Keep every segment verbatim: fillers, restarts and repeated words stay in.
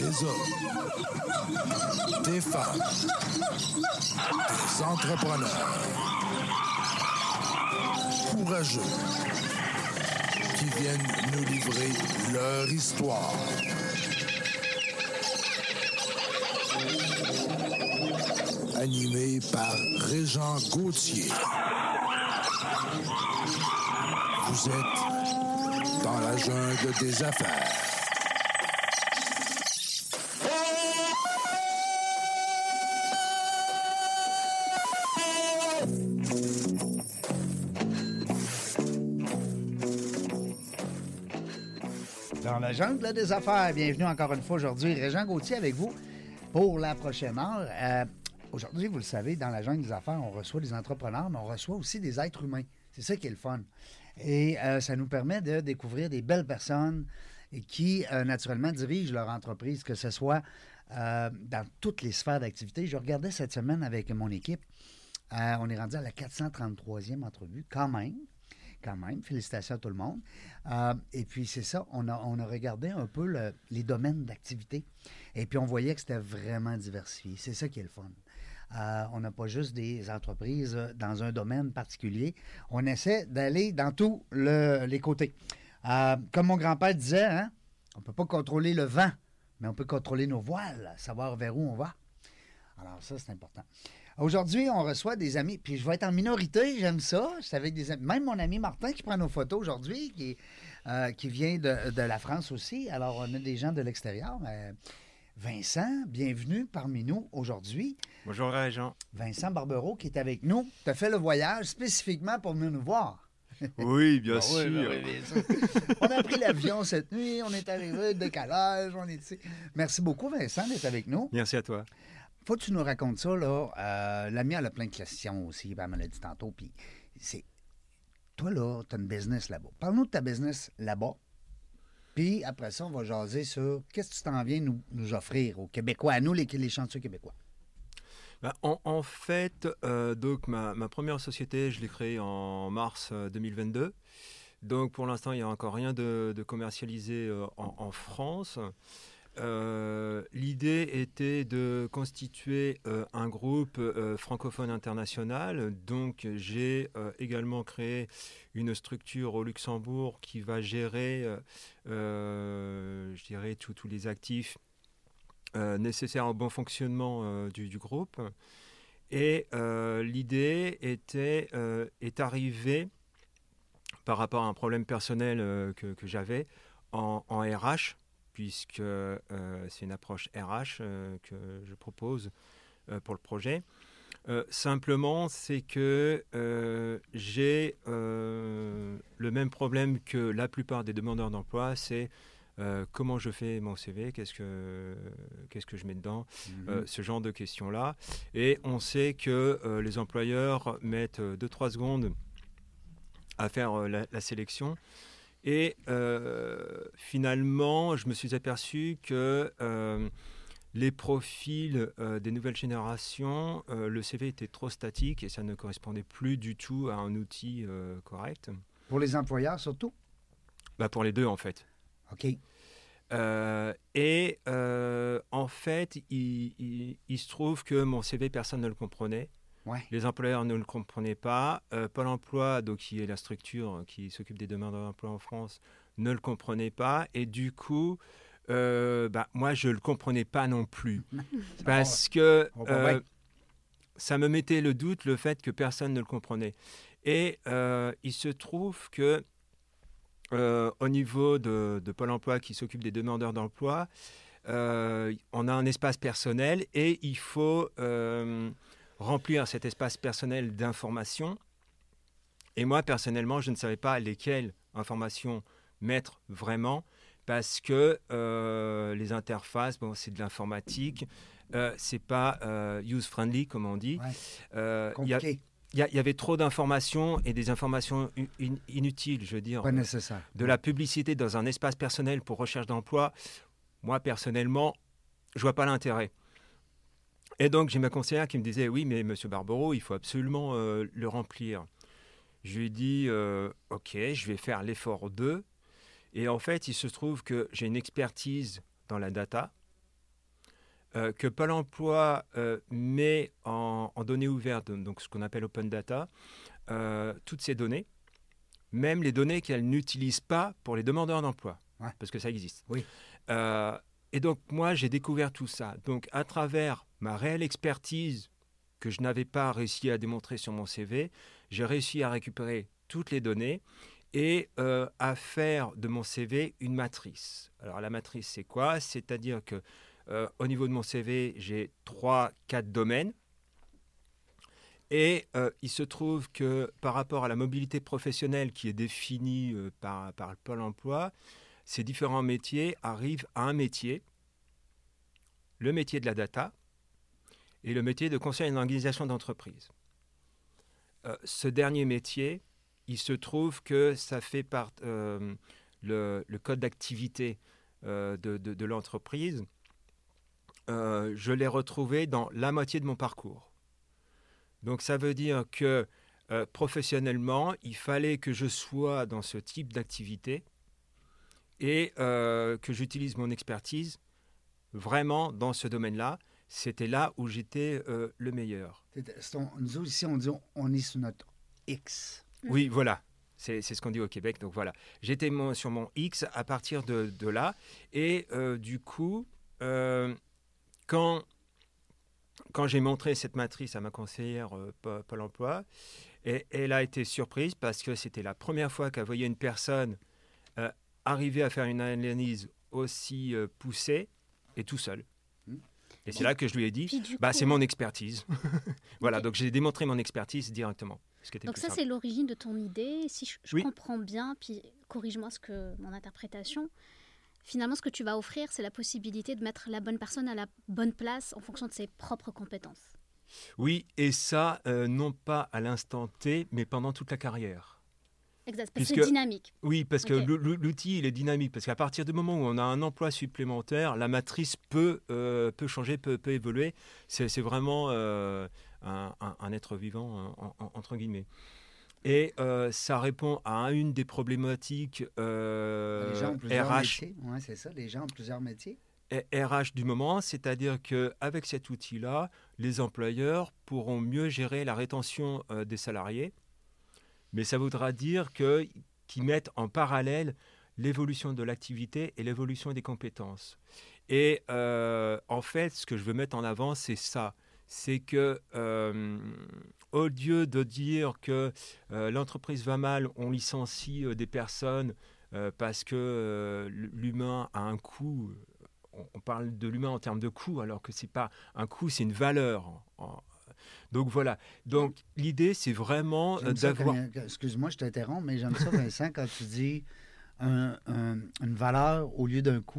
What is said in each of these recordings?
Des hommes, des femmes, des entrepreneurs courageux qui viennent nous livrer leur histoire. Animé par Régent Gauthier. Vous êtes dans la jungle des affaires. Dans la jungle des affaires, bienvenue encore une fois aujourd'hui, Régent Gauthier avec vous pour la prochaine heure. Euh, aujourd'hui, vous le savez, dans la jungle des affaires, on reçoit des entrepreneurs, mais on reçoit aussi des êtres humains. C'est ça qui est le fun. Et euh, ça nous permet de découvrir des belles personnes et qui, euh, naturellement, dirigent leur entreprise, que ce soit euh, dans toutes les sphères d'activité. Je regardais cette semaine avec mon équipe. Euh, on est rendu à la quatre cent trente-troisième entrevue, quand même. Quand même, félicitations à tout le monde. Euh, et puis, c'est ça, on a, on a regardé un peu le, les domaines d'activité. Et puis, on voyait que c'était vraiment diversifié. C'est ça qui est le fun. Euh, on n'a pas juste des entreprises dans un domaine particulier. On essaie d'aller dans tous le, les côtés. Euh, comme mon grand-père disait, hein, on ne peut pas contrôler le vent, mais on peut contrôler nos voiles, savoir vers où on va. Alors ça, c'est important. Aujourd'hui, on reçoit des amis, puis je vais être en minorité, j'aime ça. C'est avec des amis. Même mon ami Martin qui prend nos photos aujourd'hui, qui, euh, qui vient de, de la France aussi. Alors, on a des gens de l'extérieur. Mais Vincent, bienvenue parmi nous aujourd'hui. Bonjour, Régent. Vincent Barbereau qui est avec nous. Tu as fait le voyage spécifiquement pour venir nous voir. Oui, bien Ben sûr. oui, ben oui, bien sûr. On a pris l'avion cette nuit, on est arrivé, décalage, on est ici. Merci beaucoup, Vincent, d'être avec nous. Merci à toi. Faut que tu nous racontes ça, là. Euh, L'ami, elle a plein de questions aussi, ben, elle me l'a dit tantôt. Puis, c'est. Toi, là, tu as une business là-bas. Parle-nous de ta business là-bas. Puis, après ça, on va jaser sur qu'est-ce que tu t'en viens nous, nous offrir aux Québécois, à nous, les, les chanceux québécois. Ben, en, en fait, euh, donc, ma, ma première société, je l'ai créée en mars deux mille vingt-deux. Donc, pour l'instant, il n'y a encore rien de, de commercialisé euh, en, en France. Euh, l'idée était de constituer euh, un groupe euh, francophone international. Donc, j'ai euh, également créé une structure au Luxembourg qui va gérer, euh, euh, je dirais, tous les actifs euh, nécessaires au bon fonctionnement euh, du, du groupe. Et euh, l'idée était, euh, est arrivée par rapport à un problème personnel euh, que, que j'avais en, en R H. puisque euh, c'est une approche R H euh, que je propose euh, pour le projet. Euh, simplement, c'est que euh, j'ai euh, le même problème que la plupart des demandeurs d'emploi, c'est euh, comment je fais mon C V, qu'est-ce que, qu'est-ce que je mets dedans, mm-hmm. euh, ce genre de questions-là. Et on sait que euh, les employeurs mettent deux trois secondes à faire euh, la, la sélection. Et euh, finalement, je me suis aperçu que euh, les profils euh, des nouvelles générations, euh, le C V était trop statique et ça ne correspondait plus du tout à un outil euh, correct. Pour les employeurs surtout? Bah pour les deux en fait. OK. Euh, et euh, en fait, il, il, il se trouve que mon C V, personne ne le comprenait. Ouais. Les employeurs ne le comprenaient pas. Euh, Pôle emploi, donc, qui est la structure qui s'occupe des demandeurs d'emploi en France, ne le comprenait pas. Et du coup, euh, bah, moi, je ne le comprenais pas non plus. parce que euh, ça me mettait le doute, le fait que personne ne le comprenait. Et euh, il se trouve que euh, au niveau de, de Pôle emploi qui s'occupe des demandeurs d'emploi, euh, on a un espace personnel et il faut... Euh, remplir cet espace personnel d'informations. Et moi, personnellement, je ne savais pas lesquelles informations mettre vraiment parce que euh, les interfaces, bon, c'est de l'informatique, euh, c'est pas euh, user-friendly, comme on dit. Ouais. Euh, Compliqué. Il y, y avait trop d'informations et des informations in, inutiles, je veux dire. Pas nécessaire. De la publicité dans un espace personnel pour recherche d'emploi, moi, personnellement, je vois pas l'intérêt. Et donc, j'ai ma conseillère qui me disait « Oui, mais monsieur Barbereau, il faut absolument euh, le remplir. » Je lui ai dit euh, « Ok, je vais faire l'effort d'eux. » Et en fait, il se trouve que j'ai une expertise dans la data. euh, que Pôle emploi euh, met en, en données ouvertes, donc ce qu'on appelle open data, euh, toutes ces données, même les données qu'elle n'utilise pas pour les demandeurs d'emploi, ouais. parce que ça existe. Oui. Euh, et donc, moi, j'ai découvert tout ça. Donc, à travers ma réelle expertise que je n'avais pas réussi à démontrer sur mon C V, j'ai réussi à récupérer toutes les données et euh, à faire de mon C V une matrice. Alors, la matrice, c'est quoi ? C'est-à-dire que euh, au niveau de mon C V, j'ai trois, quatre domaines. Et euh, il se trouve que par rapport à la mobilité professionnelle qui est définie euh, par, par le Pôle emploi, ces différents métiers arrivent à un métier, le métier de la data et le métier de conseil en organisation d'entreprise. Euh, ce dernier métier, il se trouve que ça fait part euh, le, le code d'activité euh, de, de, de l'entreprise. Euh, je l'ai retrouvé dans la moitié de mon parcours. Donc ça veut dire que euh, professionnellement, il fallait que je sois dans ce type d'activité et euh, que j'utilise mon expertise vraiment dans ce domaine-là. C'était là où j'étais euh, le meilleur. Ton, nous ici, on dit on est sur notre X. Oui, voilà. C'est, c'est ce qu'on dit au Québec. Donc voilà. J'étais mon, sur mon X à partir de, de là. Et euh, du coup, euh, quand... Quand j'ai montré cette matrice à ma conseillère euh, Pôle emploi, et, elle a été surprise parce que c'était la première fois qu'elle voyait une personne euh, arriver à faire une analyse aussi euh, poussée et tout seul. Et c'est là que je lui ai dit, bah, coup, c'est mon expertise. Voilà, okay. Donc j'ai démontré mon expertise directement. Ce qui était donc ça, simple. C'est l'origine de ton idée. Si je, je oui. comprends bien, puis corrige-moi ce que mon interprétation. Finalement, ce que tu vas offrir, c'est la possibilité de mettre la bonne personne à la bonne place en fonction de ses propres compétences. Oui, et ça, euh, non pas à l'instant T, mais pendant toute la carrière. Exact, parce que c'est dynamique. Oui, parce okay. que l'outil, il est dynamique. Parce qu'à partir du moment où on a un emploi supplémentaire, la matrice peut, euh, peut changer, peut, peut évoluer. C'est, c'est vraiment euh, un, un, un être vivant, en, en, entre guillemets. Et euh, ça répond à une des problématiques euh, les gens ont plusieurs R H. Métiers. Ouais, c'est ça, les gens ont plusieurs métiers. R H du moment, c'est-à-dire qu'avec cet outil-là, les employeurs pourront mieux gérer la rétention euh, des salariés. Mais ça voudra dire que, qu'ils mettent en parallèle l'évolution de l'activité et l'évolution des compétences. Et euh, en fait, ce que je veux mettre en avant, c'est ça. C'est que, euh, au lieu de dire que euh, l'entreprise va mal, on licencie euh, des personnes euh, parce que euh, l'humain a un coût, on, on parle de l'humain en termes de coût, alors que ce n'est pas un coût, c'est une valeur. En, en, donc voilà. Donc l'idée, c'est vraiment euh, d'avoir... Quand, excuse-moi, je t'interromps, mais j'aime ça, Vincent, quand tu dis un, un, une valeur au lieu d'un coût.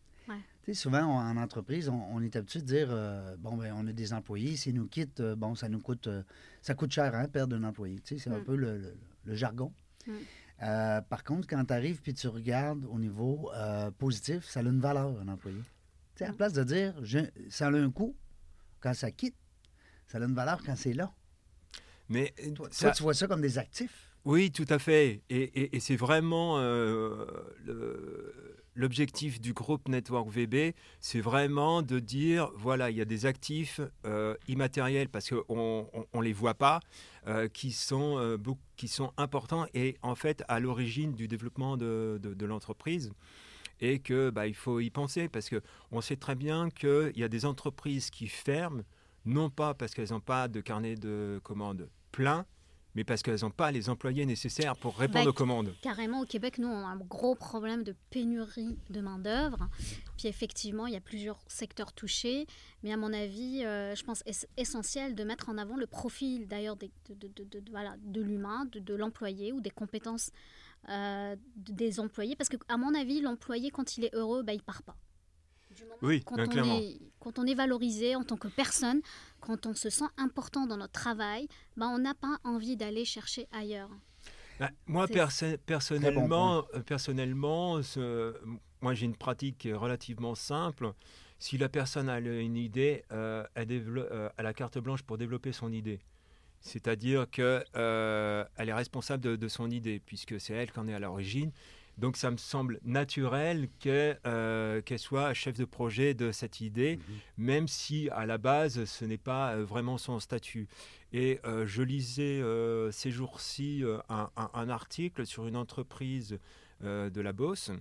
Tu sais, souvent, on, en entreprise, on, on est habitué de dire euh, bon, ben on a des employés, s'ils nous quittent, euh, bon, ça nous coûte euh, ça coûte cher, hein, perdre un employé. Tu sais, c'est mm. un peu le, le, le jargon. Mm. Euh, par contre, quand tu arrives puis tu regardes au niveau euh, positif, ça a une valeur, un employé. Tu sais, à la place de dire je, ça a un coût quand ça quitte, ça a une valeur quand c'est là. Mais toi, ça... toi, tu vois ça comme des actifs. Oui, tout à fait. Et, et, et c'est vraiment euh, le... L'objectif du groupe Network V B, c'est vraiment de dire, voilà, il y a des actifs euh, immatériels, parce qu'on ne les voit pas, euh, qui, sont, euh, beaucoup, qui sont importants et en fait à l'origine du développement de, de, de l'entreprise. Et qu'il bah, faut y penser, parce qu'on sait très bien qu'il y a des entreprises qui ferment, non pas parce qu'elles n'ont pas de carnet de commandes plein, mais parce qu'elles n'ont pas les employés nécessaires pour répondre bah, aux commandes. Carrément, au Québec, nous, on a un gros problème de pénurie de main-d'œuvre. Puis effectivement, il y a plusieurs secteurs touchés. Mais à mon avis, euh, je pense es- essentiel de mettre en avant le profil, d'ailleurs, de, de, de, de, de, voilà, de l'humain, de, de l'employé ou des compétences euh, des employés. Parce qu'à mon avis, l'employé, quand il est heureux, bah, il ne part pas. Oui, quand, bien, on clairement. Est, quand on est valorisé en tant que personne, quand on se sent important dans notre travail, ben on n'a pas envie d'aller chercher ailleurs. Bah, moi, perso- personnellement, bon personnellement ce, moi j'ai une pratique qui est relativement simple. Si la personne a une idée, euh, elle, développe, euh, elle a carte blanche pour développer son idée. C'est-à-dire qu'elle euh, est responsable de, de son idée, puisque c'est elle qui en est à l'origine. Donc ça me semble naturel que, euh, qu'elle soit chef de projet de cette idée, mmh. même si à la base, ce n'est pas euh, vraiment son statut. Et euh, je lisais euh, ces jours-ci euh, un, un, un article sur une entreprise euh, de la Beauce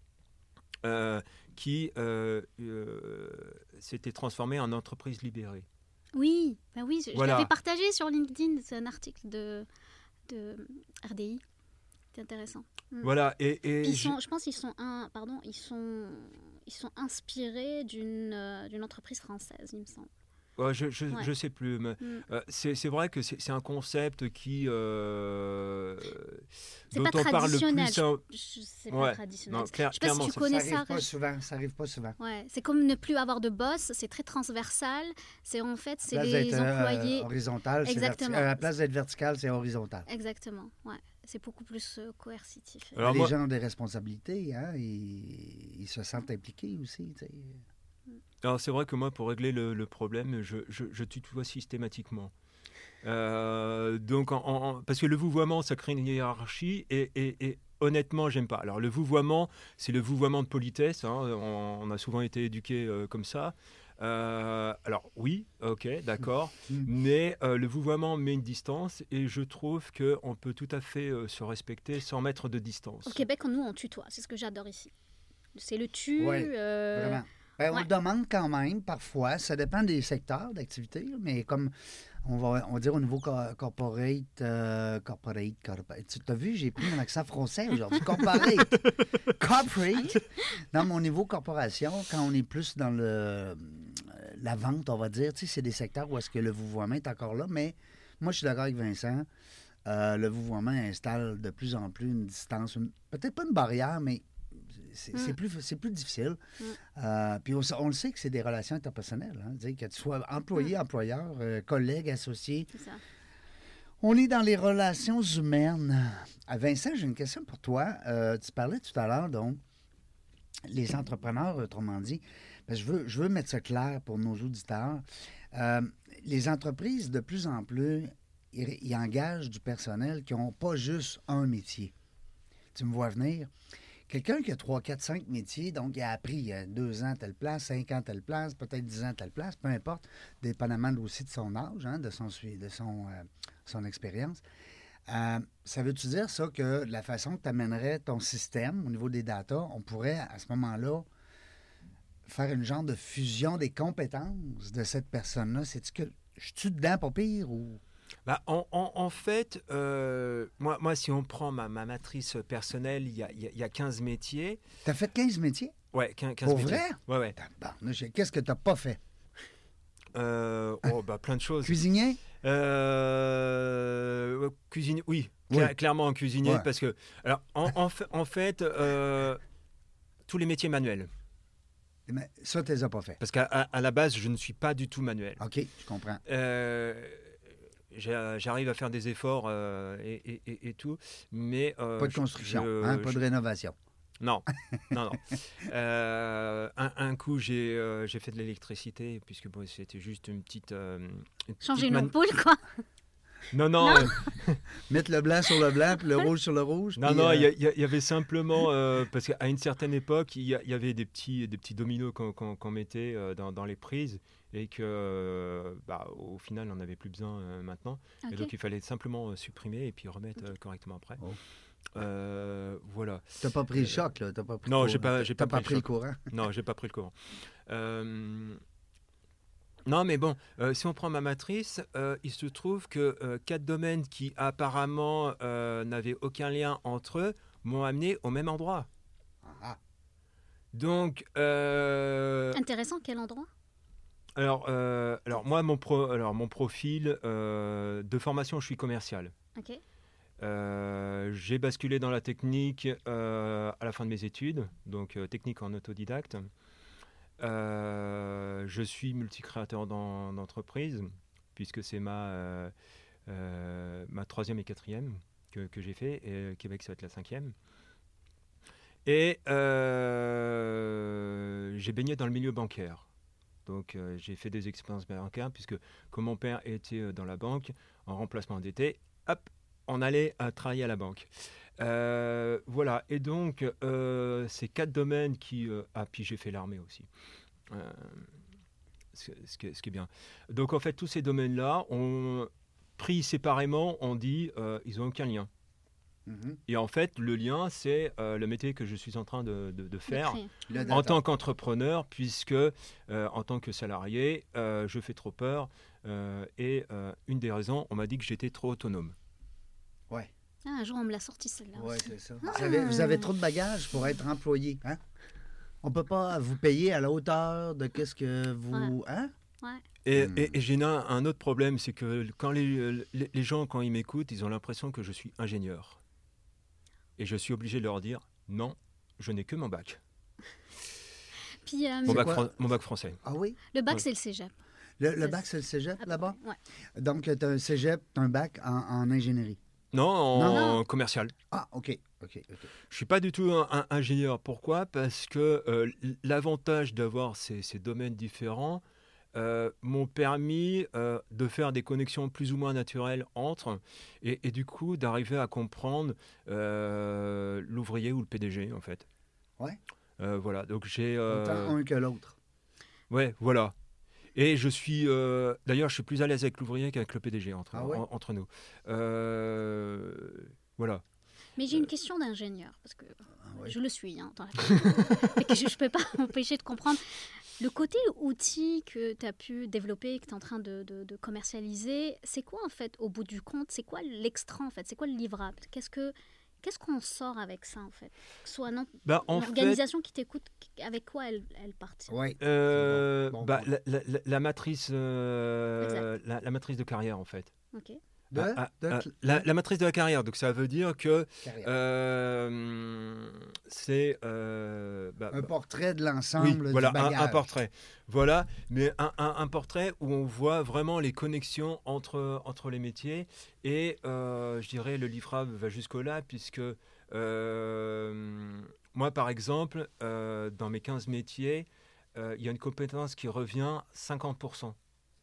euh, qui euh, euh, s'était transformée en entreprise libérée. Oui, bah oui, je, voilà. je l'avais partagé sur LinkedIn, c'est un article de, de R D I. C'est intéressant. Mm. Voilà, et, et ils sont, je pense qu'ils sont, un, pardon, ils sont, ils sont inspirés d'une, euh, d'une entreprise française, il me semble. Ouais, je je, ouais. je sais plus. Mais, mm. euh, c'est, c'est vrai que c'est, c'est un concept qui euh, c'est dont pas on parle le plus. Je, je, c'est ouais. pas traditionnel. Non, clair, je sais pas si tu connais ça. Ça arrive pas souvent. Ça arrive pas souvent. Ouais, c'est comme ne plus avoir de boss. C'est très transversal. C'est en fait, c'est les employés. Euh, horizontal, exactement. C'est verti- à la place d'être vertical, c'est horizontal. Exactement. Ouais. C'est beaucoup plus euh, coercitif. Alors, les moi... gens ont des responsabilités, hein, ils, ils se sentent impliqués aussi. Tu sais. Alors c'est vrai que moi, pour régler le, le problème, je, je, je tutoie systématiquement. Euh, donc, en, en, parce que le vouvoiement, ça crée une hiérarchie et, et, et honnêtement, j'aime pas. Alors le vouvoiement, c'est le vouvoiement de politesse. Hein, on, on a souvent été éduqués euh, comme ça. Euh, alors oui, ok, d'accord, mmh. mais euh, le vouvoiement met une distance et je trouve qu'on peut tout à fait euh, se respecter sans mettre de distance. Au Québec, nous, on tutoie, c'est ce que j'adore ici. C'est le tu. Oui, euh... vraiment. Ben, ouais. On demande quand même, parfois, ça dépend des secteurs d'activité, mais comme on va, on va dire au niveau co- corporate, euh, corporate, corporate. Tu as vu, j'ai pris mon accent français aujourd'hui. Corporate. Corporate. Dans mon niveau corporation, quand on est plus dans le, la vente, on va dire, tu sais, c'est des secteurs où est-ce que le vouvoiement est encore là, mais moi, je suis d'accord avec Vincent. Euh, le vouvoiement installe de plus en plus une distance, une, peut-être pas une barrière, mais c'est, mm. c'est, plus, c'est plus difficile. Mm. Euh, puis on, on le sait que c'est des relations interpersonnelles. Hein, que tu sois employé, mm. employeur, euh, collègue, associé. C'est ça. On est dans les relations humaines. À Vincent, j'ai une question pour toi. Euh, tu parlais tout à l'heure, donc, les entrepreneurs, autrement dit. Ben, je, veux, je veux mettre ça clair pour nos auditeurs. Euh, les entreprises, de plus en plus, ils, ils engagent du personnel qui n'ont pas juste un métier. Tu me vois venir? Quelqu'un qui a trois, quatre, cinq métiers, donc il a appris il y a deux ans telle place, cinq ans telle place, peut-être dix ans telle place, peu importe, dépendamment aussi de son âge, hein, de son, de son, euh, son expérience. Euh, ça veut-tu dire ça que la façon que tu amènerais ton système au niveau des datas, on pourrait à ce moment-là faire une genre de fusion des compétences de cette personne-là? C'est-tu que je suis dedans pas pire ou... Bah, en, en, en fait, euh, moi, moi, si on prend ma, ma matrice personnelle, il y a, y a quinze métiers. Tu as fait quinze métiers? Oui, quinze, quinze Pour métiers. vrai? Ouais, ouais. Qu'est-ce que tu n'as pas fait? Euh, oh, bah, plein de choses. Cuisinier? euh, Cuisinier, oui, cla- oui. clairement cuisinier, ouais. parce que, alors, en, en, en fait, euh, tous les métiers manuels. Mais ça, tu les as pas fait. Parce qu'à à, à la base, je ne suis pas du tout manuel. OK, je comprends. Euh, J'arrive à faire des efforts euh, et, et, et tout, mais... Euh, pas de construction, je, hein, pas je, de rénovation. Non, non, non. Euh, un, un coup, j'ai euh, j'ai fait de l'électricité, puisque bon, c'était juste une petite... Euh, une Changer petite une ampoule, man... quoi. Non, non. non. Euh... Mettre le blanc sur le blanc, puis le rouge sur le rouge. Non, puis, non, il euh... y, y, y avait simplement... Euh, parce qu'à une certaine époque, il y, y avait des petits, des petits dominos qu'on qu'on, qu'on mettait euh, dans, dans les prises, et que, euh, bah, au final, on n'avait plus besoin euh, maintenant. Okay. Et donc, il fallait simplement euh, supprimer et puis remettre okay. euh, correctement après. Oh. Euh, voilà. T'as pas pris le choc, là? T'as pas pris non, le j'ai pas, j'ai pas, pas, pas pris le courant. Non, j'ai pas pris le courant. Euh... Non, mais bon, euh, si on prend ma matrice, euh, il se trouve que euh, quatre domaines qui apparemment euh, n'avaient aucun lien entre eux m'ont amené au même endroit. Ah. Donc. Euh... Intéressant, quel endroit? Alors, euh, alors moi, mon, pro, alors, mon profil euh, de formation, je suis commercial. Ok. Euh, j'ai basculé dans la technique euh, à la fin de mes études, donc euh, technique en autodidacte. Euh, je suis multicréateur dans, d'entreprise, puisque c'est ma, euh, euh, ma troisième et quatrième que, que j'ai fait, et Québec, ça va être la cinquième. Et euh, j'ai baigné dans le milieu bancaire. Donc, euh, j'ai fait des expériences bancaires, puisque comme mon père était dans la banque, en remplacement d'été, hop, on allait euh, travailler à la banque. Euh, voilà, et donc, euh, ces quatre domaines qui... Euh, ah, puis j'ai fait l'armée aussi. Euh, ce, ce, qui est, ce qui est bien. Donc, en fait, tous ces domaines-là, on, pris séparément, on dit euh, ils n'ont aucun lien. Mhm. Et en fait, le lien, c'est euh, le métier que je suis en train de, de, de faire Le en data. tant qu'entrepreneur, puisque euh, en tant que salarié, euh, je fais trop peur. Euh, et euh, une des raisons, on m'a dit que j'étais trop autonome. Ouais. Ah, un jour, on me l'a sorti celle-là. Ouais, aussi. c'est ça. Vous avez, vous avez trop de bagages pour être employé. Hein? On ne peut pas vous payer à la hauteur de qu'est-ce que vous... Hein? Ouais. Et, Hmm. et, et j'ai un, un autre problème, c'est que quand les, les, les gens, quand ils m'écoutent, ils ont l'impression que je suis ingénieur. Et je suis obligé de leur dire, non, je n'ai que mon bac. Puis, euh, Mon bac, quoi? fran- mon bac français. Ah oui? le bac, Ouais. c'est le cégep. Le, le C'est- bac, c'est le cégep Ah, là-bas? Ouais. Donc, tu as un cégep, tu as un bac en, en ingénierie. Non, en Non. commercial. Ah, OK. OK, OK. Je suis pas du tout un, un ingénieur. Pourquoi? Parce que euh, l'avantage d'avoir ces, ces domaines différents euh, m'ont permis euh, de faire des connexions plus ou moins naturelles entre, et, et du coup d'arriver à comprendre euh, l'ouvrier ou le P D G en fait. Ouais. Euh, voilà. Donc j'ai. euh, Autant un que l'autre. Ouais, voilà. Et je suis, euh, d'ailleurs, je suis plus à l'aise avec l'ouvrier qu'avec le P D G entre, Ah ouais? en- entre nous. Euh, voilà. Mais j'ai une question d'ingénieur, parce que Ah ouais. je le suis hein, dans la et que je ne peux pas m'empêcher de comprendre. Le côté outil que tu as pu développer, que tu es en train de, de- de commercialiser, c'est quoi en fait, au bout du compte? C'est quoi l'extra en fait? C'est quoi le livrable? Qu'est-ce que qu'est-ce qu'on sort avec ça en fait? Que ce soit non, Bah, en une fait, organisation qui t'écoute, avec quoi elle, elle part? Oui. euh, C'est bon. Bon bah, point. la, la- la matrice, euh, la, la matrice de carrière en fait. Ok. De, Ah, ah, de ah, cl- la, la matrice de la carrière. Donc ça veut dire que carrière. euh, c'est euh, bah, un bah, portrait de oui, l'ensemble voilà, du un, bagage. un portrait. Voilà, mais un, un- un portrait où on voit vraiment les connexions entre, entre les métiers. Et euh, je dirais le livrable va jusqu'au-là, puisque euh, moi, par exemple, euh, dans mes quinze métiers, euh, il y a une compétence qui revient cinquante pour cent.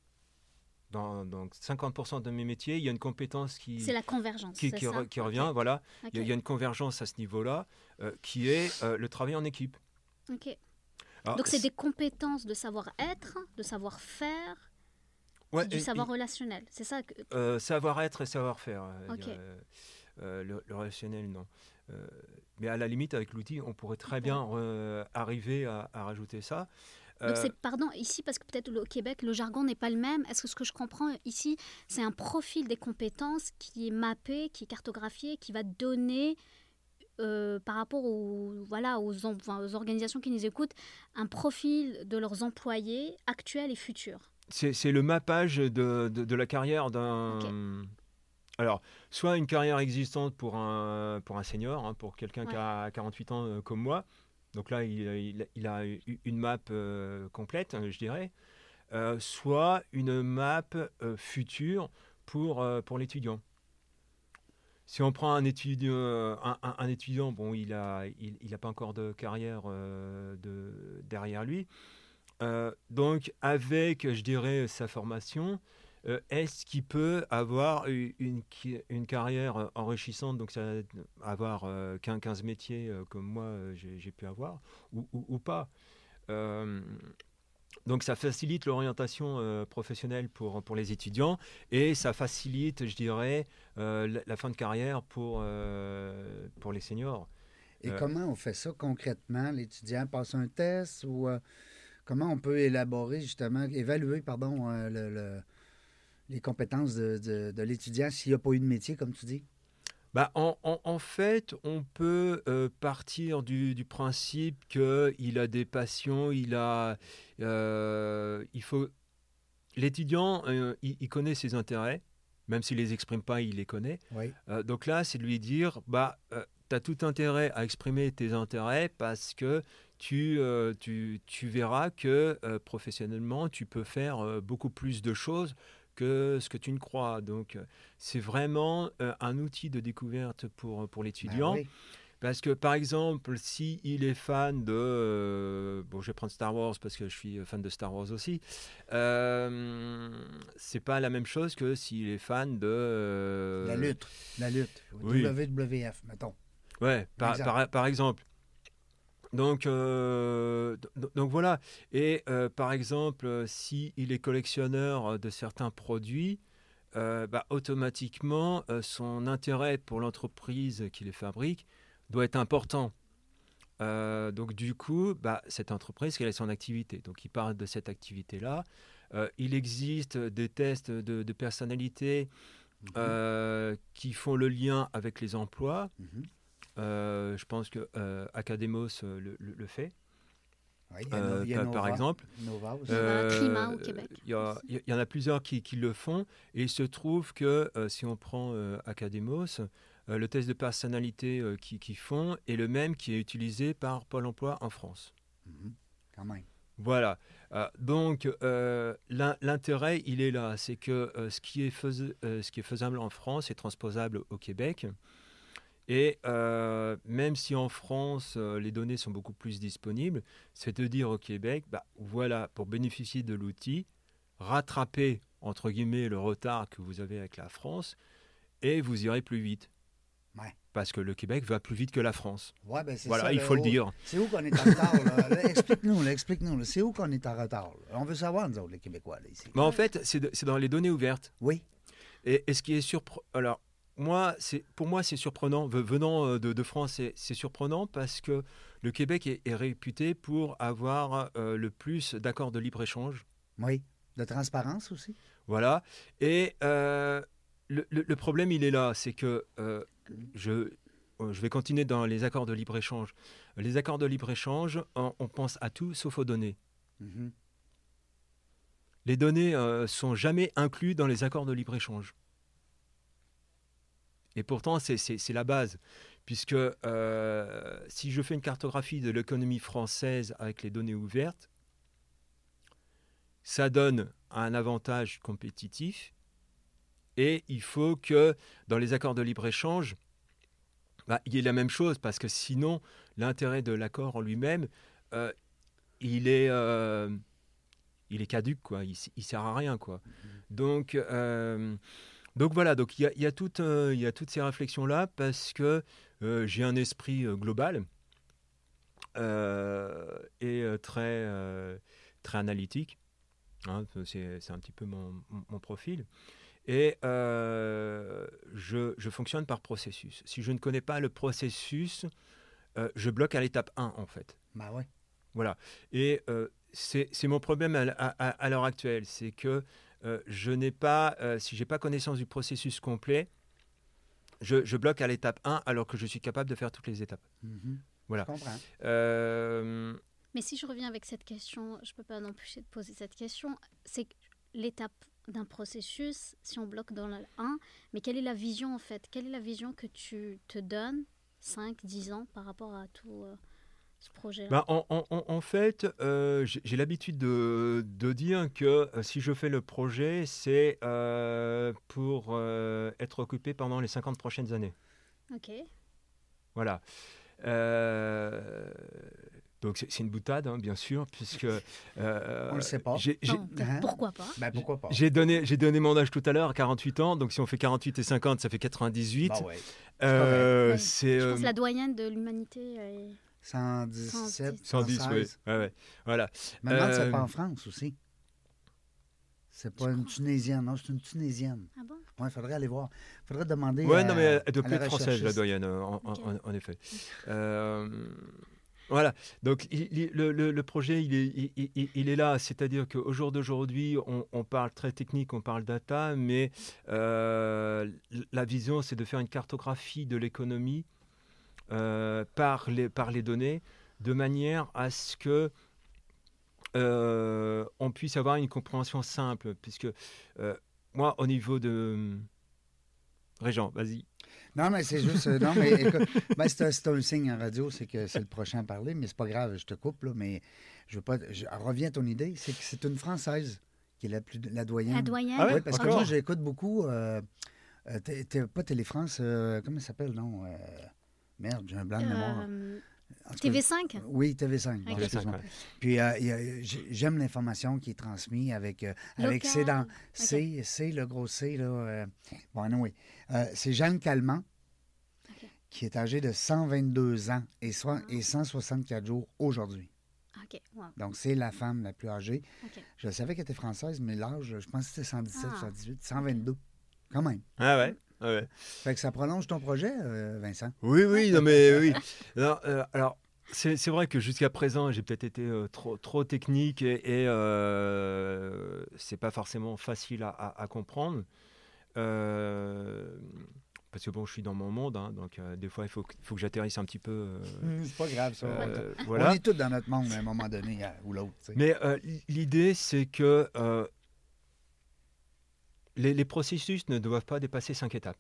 Dans, donc cinquante pour cent de mes métiers, il y a une compétence qui, C'est la convergence. qui, c'est qui ça? re- qui Ok. revient. Voilà, Ok. il y, a, il y a une convergence à ce niveau-là, euh, qui est euh, le travail en équipe. Ok. Alors, Donc c'est des compétences de savoir-être, de savoir-faire, ouais, puis du et- savoir relationnel. C'est ça que... Euh, savoir-être et savoir-faire. euh, Ok. euh, euh, le, le relationnel, non. Euh, mais à la limite, avec l'outil, on pourrait très bien euh, arriver à, à rajouter ça. Donc Euh, c'est, pardon, ici, parce que peut-être au Québec, le jargon n'est pas le même. Est-ce que ce que je comprends ici, c'est un profil des compétences qui est mappé, qui est cartographié, qui va donner, euh, par rapport aux, voilà, aux, em- enfin, aux organisations qui nous écoutent, un profil de leurs employés actuels et futurs? c'est, c'est le mappage de, de, de la carrière d'un... Alors, soit une carrière existante pour un, pour un senior, hein, pour quelqu'un qui a quarante-huit ans euh, comme moi. Donc là, il, il- il a eu- une map euh, complète, euh, je dirais. Euh, soit une map euh, future pour, euh, pour l'étudiant. Si on prend un étudiant, un, un- un étudiant, bon, il n'a il, il a pas encore de carrière euh, de, derrière lui. Euh, donc, avec, je dirais, sa formation, euh, est-ce qu'il peut avoir u- une, qui- une carrière euh, enrichissante, donc ça, avoir euh, quinze quinze métiers euh, comme moi euh, j'ai j'ai pu avoir, ou, ou- ou pas. Euh, donc ça facilite l'orientation euh, professionnelle pour, pour les étudiants, et ça facilite, je dirais, euh, la, la fin de carrière pour, euh, pour les seniors. Et Euh, comment on fait ça concrètement? L'étudiant passe un test ou euh, comment on peut élaborer justement, évaluer, pardon, euh, le- le- les compétences de, de- de l'étudiant s'il n'y a pas eu de métier, comme tu dis? Bah, en, en- en fait, on peut euh, partir du, du principe qu'il a des passions, il a, euh, il faut, l'étudiant, euh, il, il connaît ses intérêts, même s'il les exprime pas, il les connaît. Oui. Euh, donc là, c'est de lui dire, bah, tu as tout intérêt à exprimer tes intérêts parce que tu, euh, tu, tu verras que euh, professionnellement, tu peux faire euh, beaucoup plus de choses que ce que tu ne crois. Donc, euh, c'est vraiment euh, un outil de découverte pour, pour l'étudiant. Ben oui. Parce que, par exemple, si il est fan de... euh, bon, je vais prendre Star Wars parce que je suis fan de Star Wars aussi. Euh, c'est pas la même chose que s'il est fan de... euh, La lutte. La lutte. oui. W W F, mettons. Ouais, par, Exemple. par, par exemple. Donc, euh, d- donc voilà. Et euh, par exemple, euh, si il est collectionneur de certains produits, euh, bah, automatiquement, euh, son intérêt pour l'entreprise qui les fabrique doit être important. Euh, donc du coup, bah, cette entreprise, quelle est son activité? Donc il parle de cette activité-là. Euh, il existe des tests de, de personnalité Mhm. euh, qui font le lien avec les emplois. Mhm. Euh, je pense que euh, Academos euh, le, le- le fait, Oui, il y a, euh, No- il y a par, Nova. par exemple. Nova aussi. Nova, Euh, Trima au Québec Il y, a- aussi. il y en a plusieurs qui, qui le font. Et il se trouve que euh, si on prend euh, Academos, euh, le test de personnalité euh, qu'ils qui font est le même qui est utilisé par Pôle emploi en France. Mhm. Quand même. Voilà. Euh, donc, euh, l'in- l'intérêt, il est là. C'est que euh, ce, qui est fais- euh, ce qui est faisable en France est transposable au Québec. Et euh, même si en France, euh, les données sont beaucoup plus disponibles, c'est de dire au Québec, bah, voilà, pour bénéficier de l'outil, rattraper, entre guillemets, le retard que vous avez avec la France et vous irez plus vite. Ouais. Parce que le Québec va plus vite que la France. Ouais, ben c'est Voilà, ça, il là, faut le où- dire. C'est où qu'on est en retard, là? Là, explique-nous, là, explique-nous. Là. C'est où qu'on est en retard? Là? On veut savoir, nous autres, les Québécois, là, ici. Mais en fait, c'est de- c'est dans les données ouvertes. Oui. Et, et ce qui est surprenant, alors moi, c'est pour moi, c'est surprenant. Ve- Venant euh, de, de France, c'est c'est surprenant parce que le Québec est, est réputé pour avoir euh, le plus d'accords de libre-échange. Oui. De transparence aussi? Voilà. Et euh, le, le- le problème, il est là, c'est que euh, je, euh, je vais continuer dans les accords de libre-échange. Les accords de libre-échange, on, on pense à tout sauf aux données. Mhm. Les données euh, sont jamais inclus dans les accords de libre-échange. Et pourtant, c'est- c'est c'est la base, puisque euh, si je fais une cartographie de l'économie française avec les données ouvertes, ça donne un avantage compétitif. Et il faut que dans les accords de libre-échange, bah, il y ait la même chose, parce que sinon, l'intérêt de l'accord en lui-même, euh, il est... euh, il est caduque, quoi. Il, s- il sert à rien, quoi. Donc, euh, donc voilà. Donc il y a, il y a toutes, euh, il y a toutes ces réflexions-là parce que euh, j'ai un esprit euh, global euh, et euh, très, euh, très analytique. Hein, c'est, c'est un petit peu mon, mon- mon profil. Et euh, je, je fonctionne par processus. Si je ne connais pas le processus, euh, je bloque à l'étape un, en fait. Ben ouais. Voilà. Et euh, c'est c'est mon problème à, l- à- à- à l'heure actuelle, c'est que euh, je n'ai pas, euh, si j'ai pas connaissance du processus complet, je, je bloque à l'étape un alors que je suis capable de faire toutes les étapes. Mhm. Voilà. Je comprends. Euh, Mais si je reviens avec cette question, je ne peux pas m'empêcher de poser cette question. C'est que l'étape d'un processus, si on bloque dans le un, mais quelle est la vision en fait? Quelle est la vision que tu te donnes cinq, dix ans par rapport à tout euh, ce projet-là? bah, en, en- en- en fait, euh, j'ai j'ai l'habitude de, de dire que euh, si je fais le projet, c'est euh, pour euh, être occupé pendant les cinquante prochaines années. Ok. Voilà. Euh, donc c'est c'est une boutade, hein, bien sûr, puisque euh, On le sait pas. j'ai- j'ai- Non, peut-être Hein? pourquoi pas? Ben pourquoi pas? J'ai donné, j'ai donné mon âge tout à l'heure, quarante-huit ans. Donc si on fait quarante-huit et cinquante, ça fait quatre-vingt-dix-huit. Ben ouais. Euh, Ouais. c'est Je euh, pense que la doyenne de l'humanité est... cent dix-sept, cent dix, oui. cent seize. Ouais, ouais. Voilà. Je me demande si c'est Euh, pas en France aussi. C'est pas une Tunisienne, non, c'est une Tunisienne. Ah bon? Ouais, il faudrait aller voir. Il faudrait demander. Ouais, à- non, mais elle doit à plus la être française, la recherchiste. doyenne, euh, en, en- Ok. en- en effet. Euh, voilà. Donc, il- il- le, le- le projet, il est, il, il- il est là. C'est-à-dire qu'au jour d'aujourd'hui, on, on parle très technique, on parle data, mais euh, la vision, c'est de faire une cartographie de l'économie euh, par, les, par les données, de manière à ce que euh, on puisse avoir une compréhension simple. Puisque euh, moi, au niveau de... Régent, vas-y. Non, mais c'est juste. euh, Non, mais écoute, ben, c'est un, c'est un signe en radio, c'est que c'est le prochain à parler, mais c'est pas grave, je te coupe, là, mais je veux pas. Je reviens à ton idée, c'est que c'est une Française qui est la, plus, la doyenne. La doyenne? Ah ouais? Oui, parce que Encore? moi, j'écoute beaucoup. Euh, euh, t'es- t'es- pas Télé-France, euh, comment ça s'appelle, non? Euh, merde, j'ai un blanc de mémoire. Euh, En tout cas, T V cinq? Oui, T V cinq. bon, Ok. excuse-moi. Ouais. Puis euh, il y a- j'ai- j'aime l'information qui est transmise avec, euh, avec Local. C dans C, C, le gros C, là. euh, bon, non, oui. Euh, c'est Jeanne Calment. Ok. qui est âgée de cent vingt-deux ans et, so- Wow. et cent soixante-quatre jours aujourd'hui. OK. Wow. Donc, c'est la femme la plus âgée. OK. Je savais qu'elle était française, mais l'âge, je pense que c'était cent dix-sept, Ah. cent dix-huit, cent vingt-deux. Quand même. Ah ouais, ah ouais. Fait que ça prolonge ton projet, euh, Vincent. Oui, oui, non mais oui. Alors, euh, alors, c'est, c'est vrai que jusqu'à présent, j'ai peut-être été euh, trop, trop technique et, et euh, c'est pas forcément facile à, à- à comprendre. Euh, parce que bon, je suis dans mon monde, hein, donc euh, des fois, il faut, que- faut que j'atterrisse un petit peu. euh, C'est pas grave, ça. euh, On voilà. est tous dans notre monde à un moment donné euh, ou l'autre. tu sais. Mais euh, l'idée, c'est que euh, les, les processus ne doivent pas dépasser cinq étapes.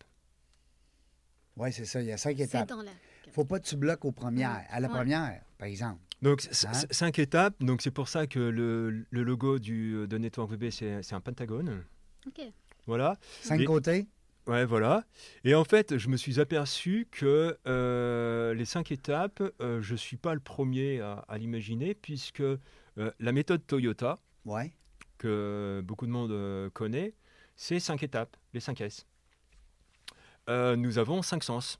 Oui, c'est ça. Il y a cinq C'est étapes. dans la... Faut pas que tu bloques aux premières. À la Ouais. première, par exemple. Donc, c- Hein? c- cinq étapes. Donc, c'est pour ça que le, le logo du, de Network V B, c'est, c'est un pentagone. OK. Voilà. Cinq Et- côtés. Ouais, voilà. Et en fait, je me suis aperçu que euh, les cinq étapes, euh, je ne suis pas le premier à, à l'imaginer, puisque euh, la méthode Toyota, Oui. que beaucoup de monde euh, connaît, c'est cinq étapes, les cinq S. Euh, nous avons cinq sens.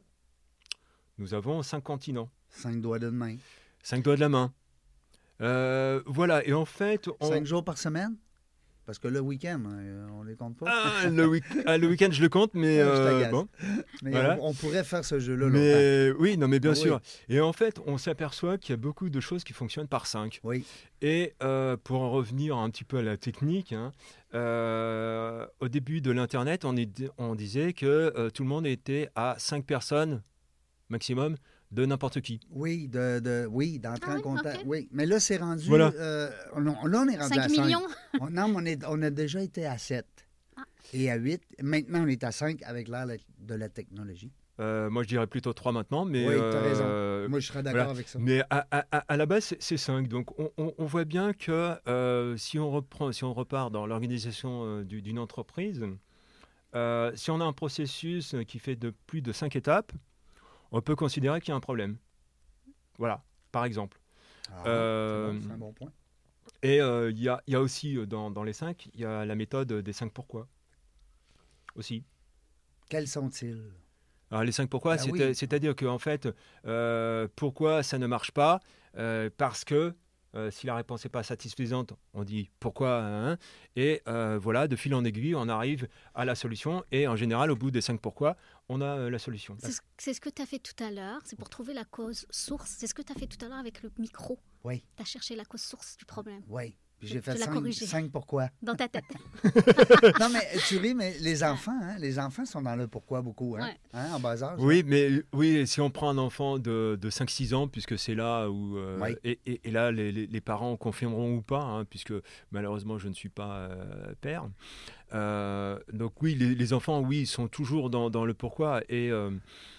Nous avons cinq continents, Cinq doigts d'une main. cinq doigts de la main. Euh, voilà, et en fait... on- Cinq jours par semaine? Parce que le week-end, euh, on les compte pas. Ah, le, week- ah, le week-end, je le compte, mais Je euh, t'agace. bon. Mais voilà. on, on pourrait faire ce jeu-là longtemps. Mais oui, non, mais bien Ah oui. sûr. Et en fait, on s'aperçoit qu'il y a beaucoup de choses qui fonctionnent par cinq. Oui. Et euh, pour en revenir un petit peu à la technique, hein, euh, au début de l'Internet, on, est- on disait que euh, tout le monde était à cinq personnes maximum de n'importe qui. Oui, de, de, oui, d'entrer Ah en oui, contact. ok. Oui, mais là, c'est rendu. Voilà. euh, on, on- là, on est rendu cinq à cinq. millions? On, non, mais on, est, on a déjà été à sept Ah. et à huit. Maintenant, on est à cinq avec l'ère de la technologie. Euh, moi, je dirais plutôt trois maintenant, mais... Oui, t'as raison. euh, Moi, je serais d'accord voilà. avec ça. Mais à, à- à- à la base, c'est- c'est cinq. Donc, on, on- on voit bien que euh, si, on reprend, si on repart dans l'organisation euh, du- d'une entreprise, euh, si on a un processus qui fait de plus de cinq étapes, on peut considérer qu'il y a un problème. Voilà, par exemple. Ah, Euh, c'est bon, c'est un bon point. Et euh, il y, a, il y a aussi, euh, dans, dans les cinq, il y a la méthode des cinq pourquoi. Aussi. Quels sont-ils? Alors, les cinq pourquoi, Ben c'est- oui. c'est-à-dire qu'en fait, euh, pourquoi ça ne marche pas Euh, Parce que euh, si la réponse n'est pas satisfaisante, on dit pourquoi hein, et euh, voilà, de fil en aiguille, on arrive à la solution. Et en général, au bout des cinq pourquoi, on a euh, la solution. C'est ce, c'est ce que tu as fait tout à l'heure. C'est pour trouver la cause source. C'est ce que tu as fait tout à l'heure avec le micro. Oui, Tu as cherché la cause source du problème oui. Puis Tu- j'ai fait tu l'as cinq, corrigé. cinq pourquoi. dans ta tête. Non, mais tu ris, mais les enfants, hein, les enfants sont dans le pourquoi beaucoup, hein, Ouais. hein, en bas âge. Oui, mais oui, si on prend un enfant de, de cinq six ans, puisque c'est là où... euh, Oui. et, et- et là, les, les- les parents confirmeront ou pas, hein, puisque malheureusement, je ne suis pas euh, père. Euh, donc oui, les, les enfants, oui, ils sont toujours dans, dans le pourquoi. Et, euh,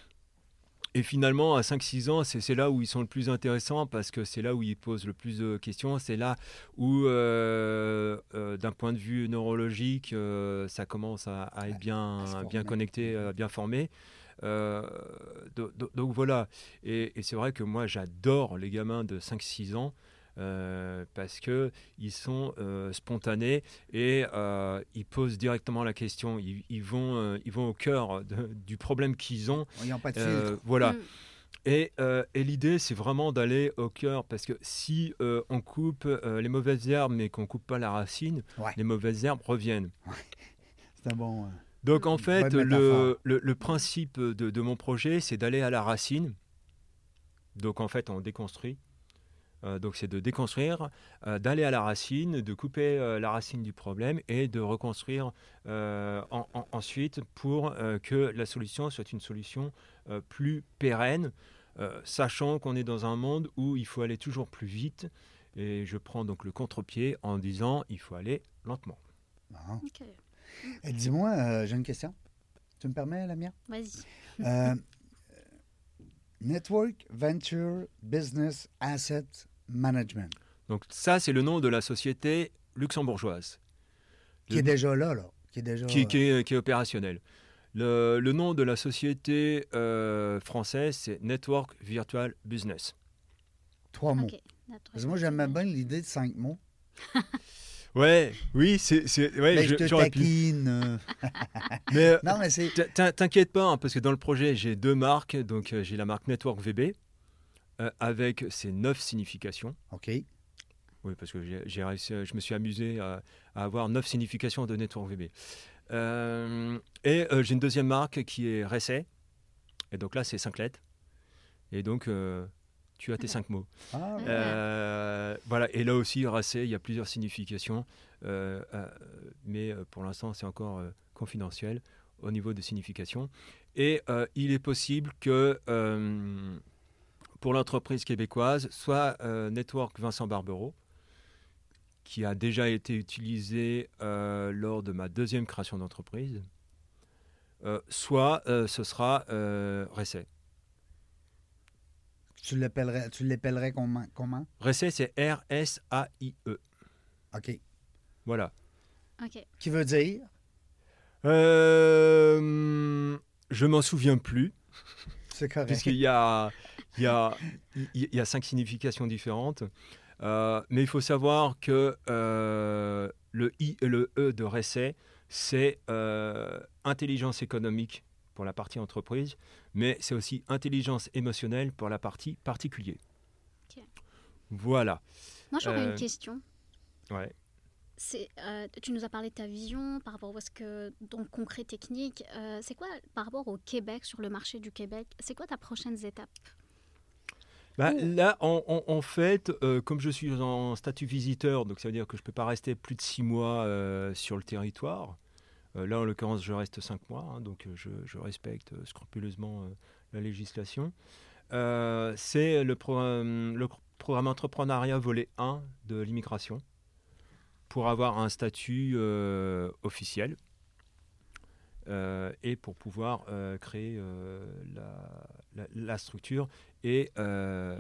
et finalement, à cinq six ans, c'est c'est là où ils sont le plus intéressants, parce que c'est là où ils posent le plus de questions. C'est là où, euh, euh, d'un point de vue neurologique, euh, ça commence à, à être bien, à se bien former. connecté, euh, bien formé. Euh, do- do- donc voilà, et, et c'est vrai que moi j'adore les gamins de cinq six ans euh, parce qu'ils sont euh, spontanés et euh, ils posent directement la question, ils, ils vont, euh, ils vont au cœur de- du problème qu'ils ont. Ils n'ont pas de Euh, filtre. voilà. Mm. Et, euh, et l'idée, c'est vraiment d'aller au cœur, parce que si euh, on coupe euh, les mauvaises herbes, mais qu'on coupe pas la racine, Ouais. les mauvaises herbes reviennent. C'est un bon. euh, Donc en fait, Bonne métaphore. le, le, le principe de, de mon projet, c'est d'aller à la racine. Donc en fait, on déconstruit. Euh, donc c'est de déconstruire, euh, d'aller à la racine, de couper euh, la racine du problème et de reconstruire euh, en- en- ensuite pour euh, que la solution soit une solution euh, plus pérenne, euh, sachant qu'on est dans un monde où il faut aller toujours plus vite. Et je prends donc le contre-pied en disant il faut aller lentement. bon. OK. Eh, dis-moi, euh, j'ai une question. Tu me permets, la mienne? Vas-y. Euh, Network Venture Business Asset Management, Donc ça, c'est le nom de la société luxembourgeoise. qui est déjà là, là. Qui est déjà. qui, qui est, qui est opérationnel. Le, le nom de la société euh, française, c'est Network Virtual Business. Trois mots. OK. Notre- Parce que moi, j'aimais bien l'idée de cinq mots. Ouais, oui, c'est, c'est, ouais, Ben, je je- te j'aurais pu. taquine. Mais euh, Non, mais c'est... t'in- t'inquiète pas, hein, parce que dans le projet, j'ai deux marques. Donc, euh, j'ai la marque Network V B euh, avec ses neuf significations. OK. Oui, parce que j'ai, j'ai réussi, je me suis amusé à, à avoir neuf significations de Network V B. Euh, et euh, j'ai une deuxième marque qui est Recet. Et donc là, c'est cinq lettres. Et donc, euh, tu as tes cinq mots. Ah, ouais. Euh, voilà, et là aussi, Racé, il y a plusieurs significations, euh, euh, mais euh, pour l'instant, c'est encore euh, confidentiel au niveau des significations. Et euh, il est possible que euh, pour l'entreprise québécoise, soit euh, Network Vincent Barbero, qui a déjà été utilisé euh, lors de ma deuxième création d'entreprise, euh, soit euh, ce sera euh, Racé. Tu l'appellerais, tu l'appellerais comment? comment? Racé, c'est R S A I E. OK. Voilà. OK. Qui veut dire? Euh, je m'en souviens plus, C'est correct. puisqu'il y a, il y, a, il y a cinq significations différentes. Euh, mais il faut savoir que euh, le I et le E de Recet, c'est euh, intelligence économique pour la partie entreprise, mais c'est aussi intelligence émotionnelle pour la partie particulier. Ok. Voilà. Moi, j'aurais Euh, une question. Ouais. C'est, euh, tu nous as parlé de ta vision par rapport à ce que, donc concret, technique. Euh, c'est quoi par rapport au Québec, sur le marché du Québec? C'est quoi ta prochaine étape? Bah, Ouh. là, en, en- en fait, euh, comme je suis en statut visiteur, donc ça veut dire que je ne peux pas rester plus de six mois euh, sur le territoire. Euh, là, en l'occurrence, je reste cinq mois, hein, donc euh, je, je respecte euh, scrupuleusement euh, la législation. Euh, c'est le, pro- euh, le programme entrepreneuriat volet un de l'immigration pour avoir un statut euh, officiel euh, et pour pouvoir euh, créer euh, la, la- la structure et euh,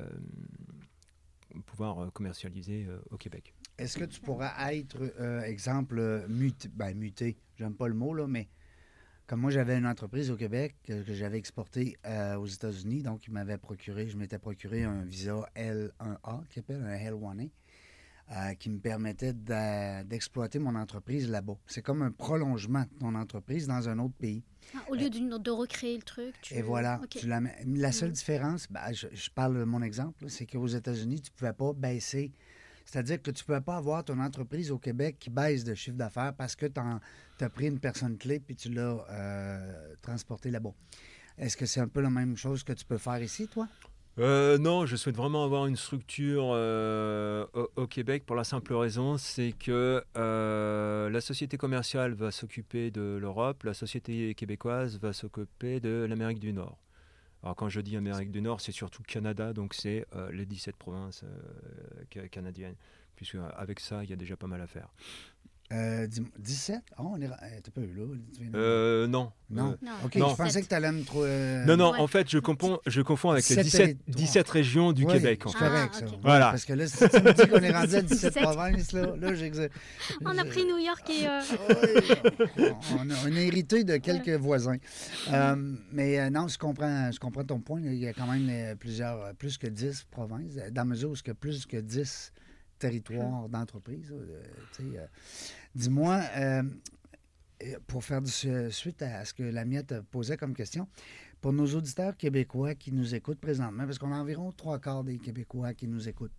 pouvoir euh, commercialiser euh, au Québec. Est-ce que tu pourras être, euh, exemple, euh, muté, ben, muté, j'aime pas le mot, là, mais comme moi, j'avais une entreprise au Québec que, que j'avais exportée euh, aux États-Unis, donc il m'avait procuré, je m'étais procuré un visa L un A, qui s'appelle un L un A, euh, qui me permettait d'a- d'exploiter mon entreprise là-bas. C'est comme un prolongement de ton entreprise dans un autre pays. Ah, au lieu d'une- de recréer le truc, tu... Et voilà. Ok. Tu la, mets- la seule Mhm. différence, ben, je, je parle de mon exemple, là, c'est qu'aux États-Unis, tu ne pouvais pas baisser. C'est-à-dire que tu ne pouvais pas avoir ton entreprise au Québec qui baisse de chiffre d'affaires parce que tu as pris une personne clé puis tu l'as euh, transporté là-bas. Est-ce que c'est un peu la même chose que tu peux faire ici, toi? Euh, non, je souhaite vraiment avoir une structure euh, au, au Québec pour la simple raison, c'est que euh, la société commerciale va s'occuper de l'Europe, la société québécoise va s'occuper de l'Amérique du Nord. Alors quand je dis Amérique du Nord, c'est surtout Canada, donc c'est euh, les dix-sept provinces euh, ca- canadiennes, puisque avec ça, il y a déjà pas mal à faire. Euh, dis- dix-sept? Ah, on est... ra- eh, t'as pas eu là? tu viens de- Euh, non. non. Euh, Non, OK, non. je pensais que tu allais me trouver... euh, non, non, Ouais. en fait, je confonds, je confonds avec les dix-sept dix-sept, territoires. dix-sept régions du Oui, Québec. En c'est fait. correct, Ah, ça. ok. Ouais, Voilà. Parce que là, si tu me dis qu'on est rendu à dix-sept dix-sept. provinces, là, là j'exagère. On a pris New York et... euh, Oui, on, a, on a hérité de quelques voisins. Euh, mais euh, non, je comprends, je comprends ton point. Il y a quand même euh, plusieurs, euh, plus que dix provinces, euh, dans la mesure où il y a plus que dix territoires d'entreprise. euh, tu sais, euh. Dis-moi, euh, pour faire du, suite à ce que la miette posait comme question, pour nos auditeurs québécois qui nous écoutent présentement, parce qu'on a environ trois quarts des Québécois qui nous écoutent.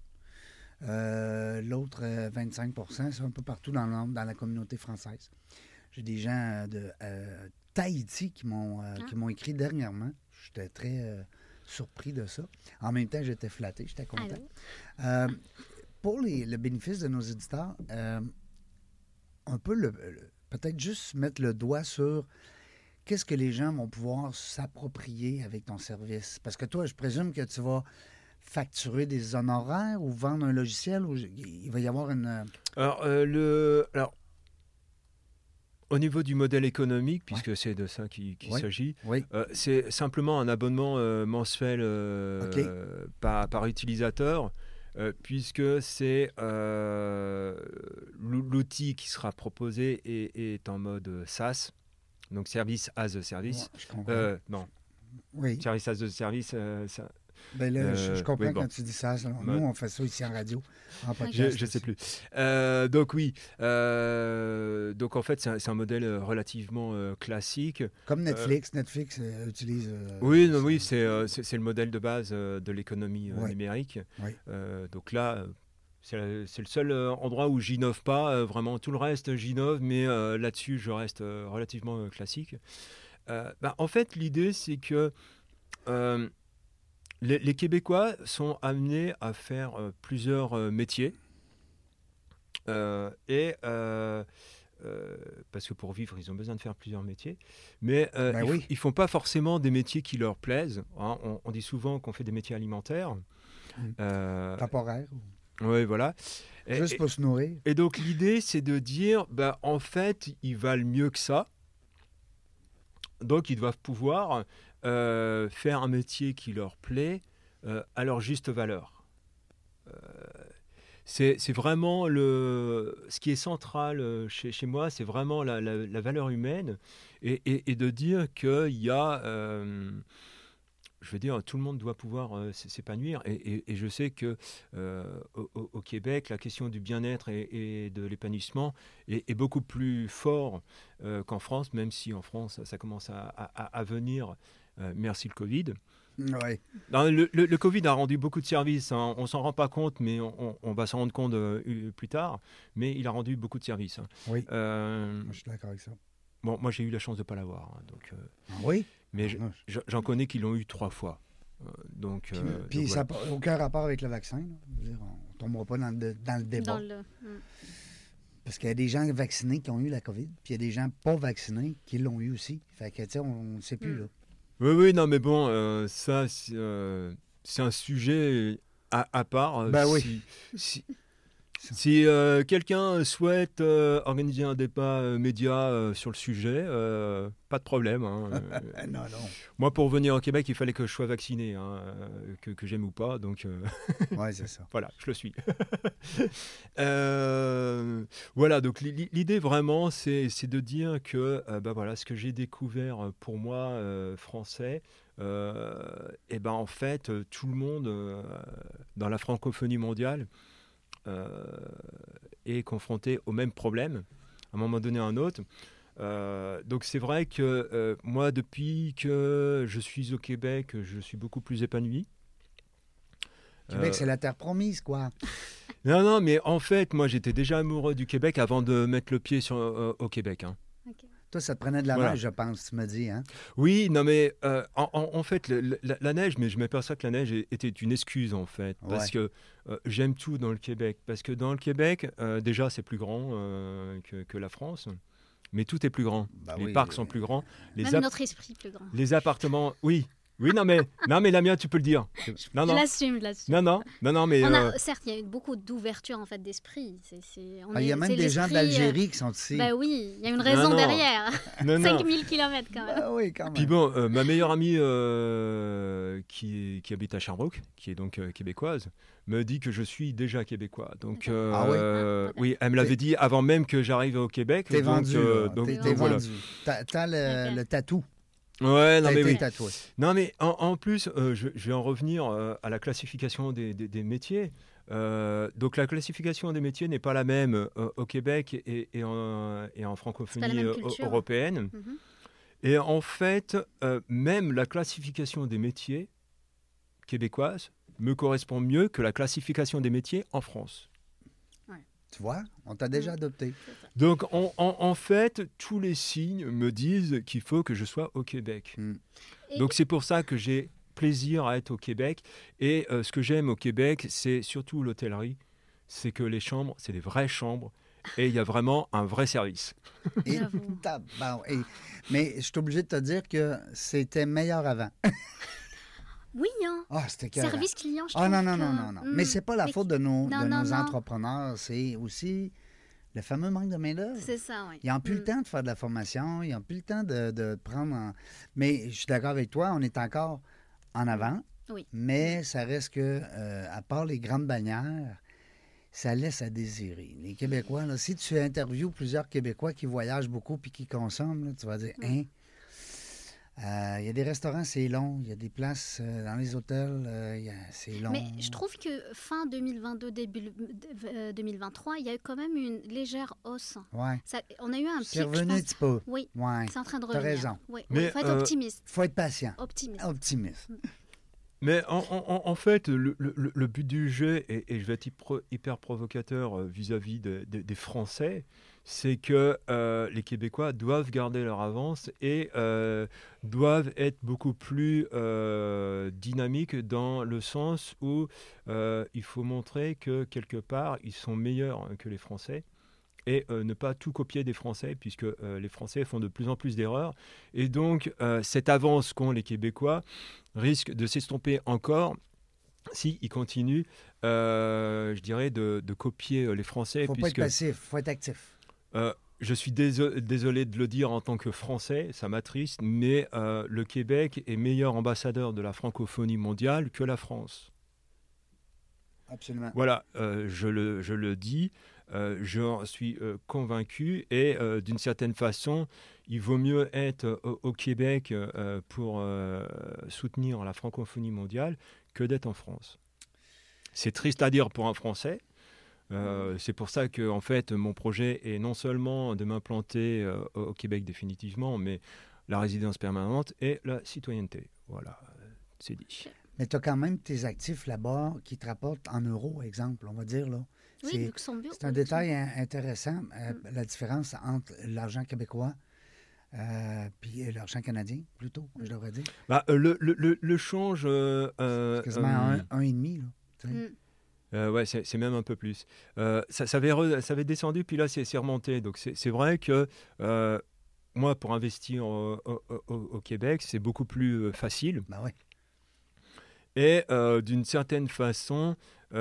Euh, L'autre euh, vingt-cinq pour cent, c'est un peu partout dans le monde, dans la communauté française. J'ai des gens euh, de euh, Tahiti qui m'ont euh, Ah. qui m'ont écrit dernièrement. J'étais très euh, surpris de ça. En même temps, j'étais flatté, j'étais content. allô? Euh, pour les- le bénéfice de nos éditeurs, euh, un peu le, le- peut-être juste mettre le doigt sur qu'est-ce que les gens vont pouvoir s'approprier avec ton service. Parce que toi, je présume que tu vas facturer des honoraires ou vendre un logiciel ou il va y avoir une... euh, Alors, euh, le, alors, au niveau du modèle économique, puisque c'est de ça qu'il qu'il Ouais. s'agit, Oui, euh, c'est simplement un abonnement euh, mensuel euh, OK. euh, par, par utilisateur, euh, puisque c'est euh, l'ou- l'outil qui sera proposé est, est en mode SaaS, donc Service as a Service. ouais, je comprends. Euh, non, oui, Service as a Service, euh, ça- Ben là, euh, je, je comprends oui, bon. quand tu dis ça. ça nous, Ouais. on fait ça ici en radio. En podcast, Je ne sais plus. Euh, donc oui, euh, donc en fait c'est un, c'est un modèle relativement euh, classique. Comme Netflix. Euh, Netflix euh, utilise... Euh, oui, non, oui, c'est, euh, c'est, c'est le modèle de base euh, de l'économie euh, ouais. numérique. Ouais. Euh, donc là, c'est, la, c'est le seul euh, endroit où j'innove pas. Euh, vraiment, tout le reste, j'innove, mais euh, là-dessus, je reste euh, relativement euh, classique. Euh, bah, en fait, l'idée, c'est que euh, les, les Québécois sont amenés à faire euh, plusieurs euh, métiers. Euh, et euh, euh, parce que pour vivre, ils ont besoin de faire plusieurs métiers, mais euh, ben ils, oui. ils font pas forcément des métiers qui leur plaisent. Hein. On, on dit souvent qu'on fait des métiers alimentaires, mmh. euh, temporaires. Oui, voilà. Juste et, pour se nourrir. Et donc l'idée, c'est de dire, bah, en fait, ils valent mieux que ça. Donc ils doivent pouvoir euh, faire un métier qui leur plaît euh, à leur juste valeur. Euh, C'est, c'est vraiment le, ce qui est central chez, chez moi, c'est vraiment la, la, la valeur humaine et, et, et de dire qu'il y a, euh, je veux dire, tout le monde doit pouvoir euh, s'épanouir. Et, et, et je sais que euh, au, au Québec, la question du bien-être et, et de l'épanouissement est, est beaucoup plus fort euh, qu'en France, même si en France, ça commence à, à, à venir, euh, merci le Covid. Ouais. Non, le, le, le Covid a rendu beaucoup de services. Hein. On ne s'en rend pas compte, mais on, on va s'en rendre compte euh, plus tard. Mais il a rendu beaucoup de services. Hein. Oui. Euh, moi, je suis d'accord avec ça. Bon, moi, j'ai eu la chance de ne pas l'avoir. Hein, donc, euh, ah, oui. Mais ah, je, j'en connais qui l'ont eu trois fois. Euh, donc, puis, euh, puis donc, ça voilà. n'a aucun rapport avec le vaccin. Là. Je veux dire, on ne tombera pas dans le, dans le débat. Dans le... mm. Parce qu'il y a des gens vaccinés qui ont eu la COVID, puis il y a des gens pas vaccinés qui l'ont eu aussi. Fait que, tu sais, on ne sait plus, Mm. là. Oui, oui, non, mais bon, euh, ça, c'est, euh, c'est un sujet à, à part. Ben si, oui. Si, si euh, quelqu'un souhaite euh, organiser un débat euh, média euh, sur le sujet, euh, pas de problème. Hein. non, non. Moi, pour venir au Québec, il fallait que je sois vacciné, hein, que, que j'aime ou pas. Donc, euh... ouais, c'est ça. Voilà, je le suis. euh, voilà, donc l'idée vraiment, c'est, c'est de dire que euh, bah, voilà, ce que j'ai découvert pour moi, euh, français, euh, et ben en fait, tout le monde euh, dans la francophonie mondiale euh, est confronté au même problème, à un moment donné ou à un autre. Euh, donc c'est vrai que euh, moi, depuis que je suis au Québec, je suis beaucoup plus épanoui. Québec, Euh, c'est la terre promise, quoi. Non, non, mais en fait, moi, j'étais déjà amoureux du Québec avant de mettre le pied sur, euh, au Québec. Hein. Okay. Toi, ça te prenait de la Voilà. neige, je pense, tu me dis, hein? Oui, non, mais euh, en, en, en fait, le, la, la neige, mais je m'aperçois que la neige était une excuse, en fait, parce Ouais. que euh, j'aime tout dans le Québec. Parce que dans le Québec, euh, déjà, c'est plus grand euh, que, que la France, mais tout est plus grand. Bah les oui, parcs euh, sont plus grands. Les, Même ap- notre esprit plus grand. les appartements, oui. Oui, non, mais, non, mais la mienne, tu peux le dire. Non, Je non, l'assume, je l'assume. non, non, non, non, mais... On euh, a, certes, il y a eu beaucoup d'ouverture en fait d'esprit. C'est, c'est, on Ah, il y a est- même c'est des gens l'esprit, d'Algérie qui sont ici. Euh, ben oui, il y a une raison non. derrière. non, non. cinq mille kilomètres quand même. Ah oui, quand même. Puis bon, euh, ma meilleure amie euh, qui, qui habite à Sherbrooke, qui est donc euh, québécoise, me dit que je suis déjà québécois. Donc, euh, Ah oui? euh, Ah, oui, elle me l'avait dit avant même que j'arrive au Québec. T'es donc, vendu, euh, là. donc, T'es, donc t'es voilà. vendu. T'as, t'as le, Ok. le tatou. Ouais, non T'as mais été oui. tatoué. Non mais en, en plus, euh, je, je vais en revenir euh, à la classification des, des- des métiers. Euh, donc la classification des métiers n'est pas la même euh, au Québec et, et en, et en francophonie même euh, culture. européenne. Mhm. Et en fait, euh, même la classification des métiers québécoise me correspond mieux que la classification des métiers en France. Tu vois, on t'a déjà adopté. Donc en, en- en fait, tous les signes me disent qu'il faut que je sois au Québec. Mm. Et- Donc c'est pour ça que j'ai plaisir à être au Québec. Et euh, ce que j'aime au Québec, c'est surtout l'hôtellerie. C'est que les chambres, c'est des vraies chambres. Et il y a vraiment un vrai service. Et, J'avoue. t'as- bon, et- mais je suis obligé de te dire que c'était meilleur avant. Oui, hein. Ah, c'était écœurant. Service client, je Ah trouve non, non, que- non, non, non. Hmm. Mais c'est pas la Mais faute de nos, non, de non, nos non. entrepreneurs, c'est aussi le fameux manque de main-d'œuvre. C'est ça, oui. Ils n'ont plus le Mm. temps de faire de la formation, ils n'ont plus le temps de, de prendre. En... Mais je suis d'accord avec toi, on est encore en avant. Oui. Mais ça reste que, euh, à part les grandes bannières, ça laisse à désirer. Les Québécois, là, si tu interviews plusieurs Québécois qui voyagent beaucoup puis qui consomment, là, tu vas dire, Mm. hein? Euh, Il y a des restaurants, c'est long. Il y a des places euh, dans les hôtels, euh, il y a- c'est long. Mais je trouve que fin deux mille vingt-deux, début euh, deux mille vingt-trois, il y a eu quand même une légère hausse. Ouais. Ça, on a eu un pic, C'est je revenu pense. un petit peu. Oui, Ouais. c'est en train de T'as revenir. raison. Oui, Mais, il faut être euh, optimiste. faut être patient. Optimiste. Optimiste. Mais en, en- en fait, le, le- le but du jeu, et, et je vais être hyper, hyper provocateur euh, vis-à-vis de- de- des Français, c'est que euh, les Québécois doivent garder leur avance et euh, doivent être beaucoup plus euh, dynamiques dans le sens où euh, il faut montrer que quelque part, ils sont meilleurs que les Français. Et euh, ne pas tout copier des Français, puisque euh, les Français font de plus en plus d'erreurs. Et donc, euh, cette avance qu'ont les Québécois risque de s'estomper encore s'ils continuent, euh, je dirais, de, de copier les Français. Faut pas puisque être passif, faut être actif. euh, je suis déso- désolé de le dire en tant que Français, ça m'attriste, mais euh, le Québec est meilleur ambassadeur de la francophonie mondiale que la France. Absolument. Voilà, euh, je, le, je le dis, euh, j'en suis euh, convaincu et euh, d'une certaine façon, il vaut mieux être au, au Québec euh, pour euh, soutenir la francophonie mondiale que d'être en France. C'est triste à dire pour un Français. Euh, c'est pour ça que en fait, mon projet est non seulement de m'implanter euh, au, au Québec définitivement, mais la résidence permanente et la citoyenneté. Voilà, euh, c'est dit. Mais tu as quand même tes actifs là-bas qui te rapportent en euros, exemple, on va dire. Là. Oui, C'est- Luxembourg. C'est un oui, détail in- intéressant, euh, Mm. la différence entre l'argent québécois euh, puis l'argent canadien, plutôt, je devrais dire. Bah, euh, le, le, le, le change... euh, euh, C'est quasiment euh, un, un et demi. Là, tu sais. Mm. Euh, ouais, c'est c'est même un peu plus. Euh, ça, ça, avait re- ça avait descendu, puis là, c'est c'est remonté. Donc, c'est c'est vrai que euh, moi, pour investir au, au- au- au Québec, c'est beaucoup plus euh, facile. Ben oui. Et euh, d'une certaine façon,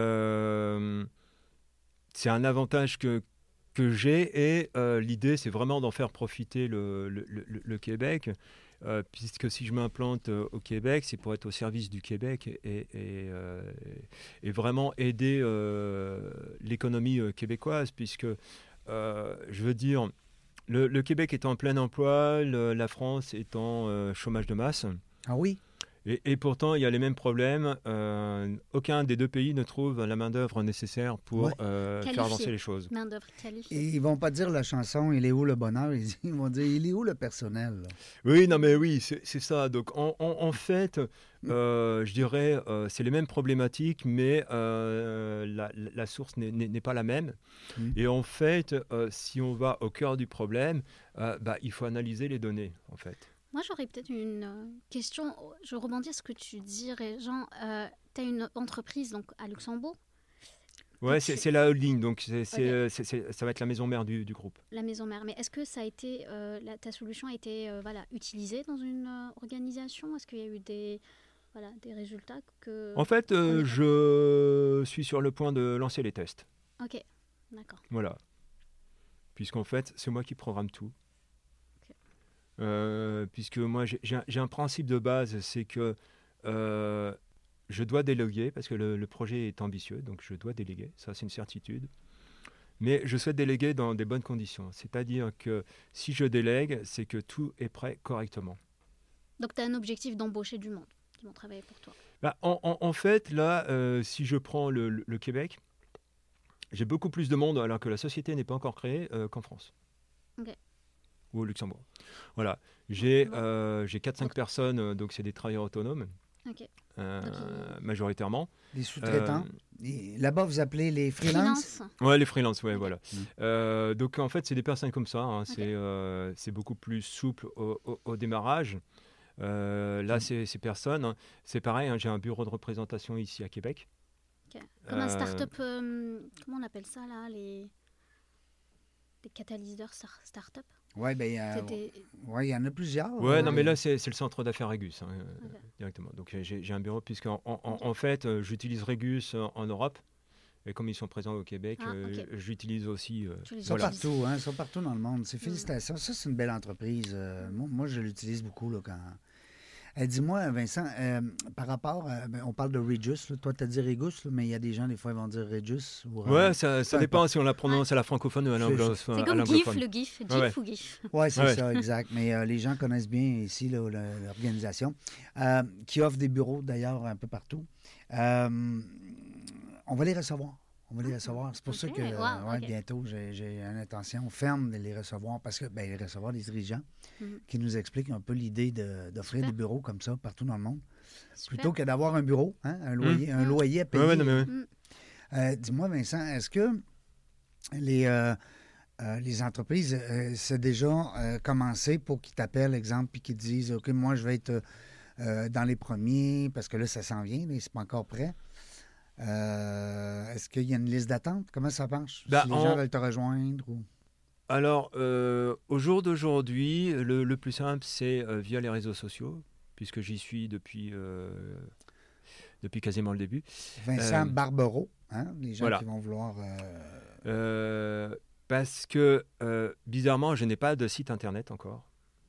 euh, c'est un avantage que, que j'ai. Et euh, l'idée, c'est vraiment d'en faire profiter le, le- le- le Québec. Euh, puisque si je m'implante euh, au Québec, c'est pour être au service du Québec et, et, euh, et vraiment aider euh, l'économie euh, québécoise, puisque, euh, je veux dire, le, le Québec est en plein emploi, le- la France est en euh, chômage de masse. Ah oui? Et, et pourtant, il y a les mêmes problèmes. Euh, aucun des deux pays ne trouve la main-d'œuvre nécessaire pour Ouais. euh, faire Qualifiée. avancer les choses. Main-d'œuvre qualifiée. Et ils vont pas dire la chanson « Il est où le bonheur? » Ils ils vont dire « Il est où le personnel? » là? Oui, non, mais oui, c'est c'est ça. Donc, en, en- en fait, euh, je dirais, euh, c'est les mêmes problématiques, mais euh, la, la- la source n'est- n'est n'est pas la même. Mm. Et en fait, euh, si on va au cœur du problème, euh, bah, il faut analyser les données, en fait. Moi, j'aurais peut-être une euh, question. Je rebondis à ce que tu dis, Régent. Euh, tu as une entreprise donc, à Luxembourg, Ouais, Donc, c'est c'est- c'est la holding, donc c'est c'est, Ok. euh, c'est- c'est- ça va être la maison mère du, du groupe. la maison mère. Mais est-ce que ça a été, euh, la- ta solution a été euh, voilà, utilisée dans une euh, organisation? Est-ce qu'il y a eu des, voilà, des résultats que... En fait, euh, on est- je suis sur le point de lancer les tests. Ok, d'accord. Voilà. Puisqu'en fait, c'est moi qui programme tout. Ok. Euh, puisque moi, j'ai j'ai un, j'ai un principe de base, c'est que euh, je dois déléguer, parce que le, le projet est ambitieux, donc je dois déléguer, ça c'est une certitude. Mais je souhaite déléguer dans des bonnes conditions. C'est-à-dire que si je délègue, c'est que tout est prêt correctement. Donc, tu as un objectif d'embaucher du monde qui vont travailler pour toi. Bah, en, en- en fait, là, euh, si je prends le, le- le Québec, j'ai beaucoup plus de monde alors que la société n'est pas encore créée euh, qu'en France. Ok. Ou au Luxembourg. Voilà. J'ai Bon. euh, j'ai quatre cinq personnes, euh, donc c'est des travailleurs autonomes, Ok. euh, Donc, majoritairement. Les sous-traitants. Euh, Et là-bas, vous appelez les freelances? Freelance. Ouais, les freelances, ouais, Ok. voilà. Mm. Euh, donc en fait, c'est des personnes comme ça. hein, Ok. C'est euh, c'est beaucoup plus souple au, au- au démarrage. Euh, là, Mm. c'est ces personnes, hein, c'est pareil. hein, J'ai un bureau de représentation ici à Québec. Ok. Comme un Euh, start-up, euh, comment on appelle ça là, les, les catalyseurs star- start-up. Oui, bien, C'est des- ouais, il y en a plusieurs. Ouais, euh, non, mais là, c'est c'est le centre d'affaires Régus, hein, euh, Ok. directement. Donc, euh, j'ai j'ai un bureau, puisque en, en- Ok. en fait, euh, j'utilise Régus euh, en Europe. Et comme ils sont présents au Québec, Ah, euh, ok. j'utilise aussi. euh, Tu les Ils sont voilà. utilises. partout, hein, ils sont partout dans le monde. C'est Mm. félicitations. Ça, c'est une belle entreprise. Euh, moi, moi, je l'utilise beaucoup là, quand. Euh, dis-moi, Vincent, euh, par rapport, à- ben, on parle de Regus, là. Toi, tu as dit Regus, là, mais il y a des gens, des fois, ils vont dire Regus. Ou, euh, Ouais, ça, ça peu dépend importe. si on la prononce à la francophone ou à C'est- l'anglo- C'est à comme GIF, l'anglophone. le GIF. GIF Ouais. ou GIF? Oui, c'est Ouais. ça, exact. Mais euh, les gens connaissent bien ici là, le- l'organisation, euh, qui offre des bureaux d'ailleurs un peu partout. Euh, on va les recevoir. On va les recevoir. C'est pour ça Ok, que wow, euh, ouais, ok. bientôt, j'ai j'ai une intention ferme de les recevoir parce que ben, les recevoir des dirigeants Mhm. qui nous expliquent un peu l'idée de- d'offrir Super. des bureaux comme ça partout dans le monde. Super. Plutôt que d'avoir un bureau, hein, un, loyer, un Mm. loyer à payer. Ouais, ouais, non, mais ouais. Mm. Euh, Dis-moi, Vincent, est-ce que les, euh, euh, les entreprises, euh, c'est déjà euh, commencé pour qu'ils t'appellent, exemple, puis qu'ils te disent, OK, moi, je vais être euh, dans les premiers, parce que là, ça s'en vient, mais c'est pas encore prêt. Euh, est-ce qu'il y a une liste d'attente? Comment ça marche? Bah, si les en- gens veulent te rejoindre? Ou... Alors, euh, au jour d'aujourd'hui, le, le plus simple, c'est euh, via les réseaux sociaux, puisque j'y suis depuis, euh, depuis quasiment le début. Vincent Euh, Barbero, hein, les gens voilà. qui vont vouloir... euh, Euh, parce que, euh, bizarrement, je n'ai pas de site internet encore.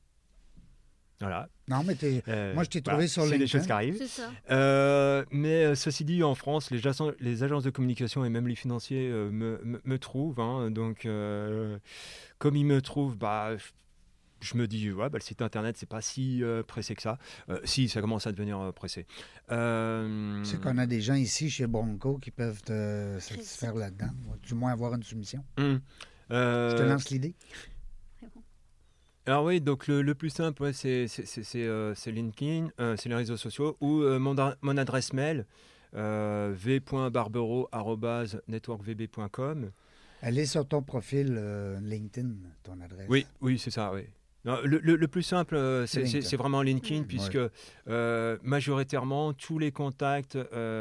Voilà. Non, mais t'es... Euh, Moi, je t'ai voilà, trouvé sur c'est des LinkedIn. choses qui arrivent. C'est ça. Euh, mais euh, ceci dit, en France, les, agen- les agences de communication et même les financiers euh, me, me- me trouvent. hein. donc, euh, comme ils me trouvent, bah, je- je me dis, ouais, bah, le site internet, c'est pas si euh, pressé que ça. Euh, si, ça commence à devenir euh, pressé. Euh, Tu sais qu'on a des gens ici chez Bronco qui peuvent te satisfaire là-dedans, ou du moins avoir une soumission. hum, euh, Je te lance l'idée. Alors oui, donc le, le plus simple, ouais, c'est c'est- c'est- c'est, euh, c'est LinkedIn, euh, c'est les réseaux sociaux, ou euh, mon, da- mon adresse mail, euh, v point barbero arobase network v b point com. Elle est sur ton profil euh, LinkedIn, ton adresse. Oui, oui, c'est ça, oui. Non, le, le- le plus simple, euh, C'est c'est c'est- LinkedIn. c'est vraiment LinkedIn, Mm. puisque euh, majoritairement, tous les contacts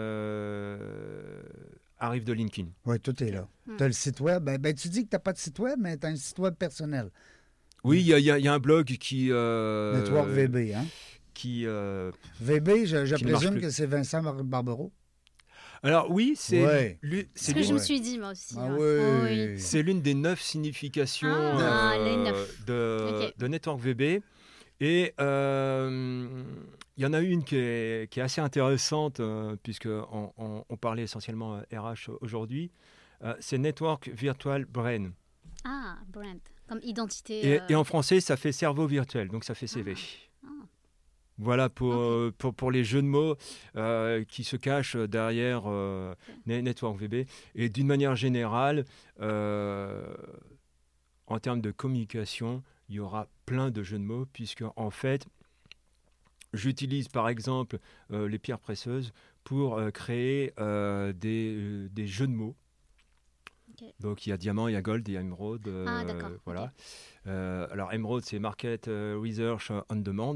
euh, arrivent de LinkedIn. Oui, tout est là. Hmm. Tu as le site web. Ben, ben, tu dis que tu n'as pas de site web, mais tu as un site web personnel. Oui, il y, a- il y a- il y a un blog qui... euh, Network V B. Hein? qui euh, V B, je, je qui ne marche présume plus. que c'est Vincent Bar- Barbero. Alors oui, c'est Ouais. l'une- C'est c'est ce que je l'une me Ouais. suis dit, moi aussi. Ah ouais. oui. c'est l'une des neuf significations Ah, euh, les neuf. de, Ok. de Network V B. Et euh, il y en a une qui est, qui est assez intéressante, euh, puisqu'on on, on parlait essentiellement euh, R H aujourd'hui. Euh, c'est Network Virtual Brain. Ah, brand. Comme identité. Et, euh, et en français, ça fait cerveau virtuel, donc ça fait C V. Ah. Voilà pour, Ok. euh, pour, pour les jeux de mots euh, qui se cachent derrière euh, Ne- Network V B. Et d'une manière générale, euh, en termes de communication, il y aura plein de jeux de mots, puisque en fait, j'utilise par exemple euh, les pierres précieuses pour euh, créer euh, des, euh, des jeux de mots. Ok. Donc il y a diamant, il y a gold, il y a émeraude. euh, Ah, d'accord, Voilà. ok. Euh, alors émeraude, c'est Market euh, Research on Demand.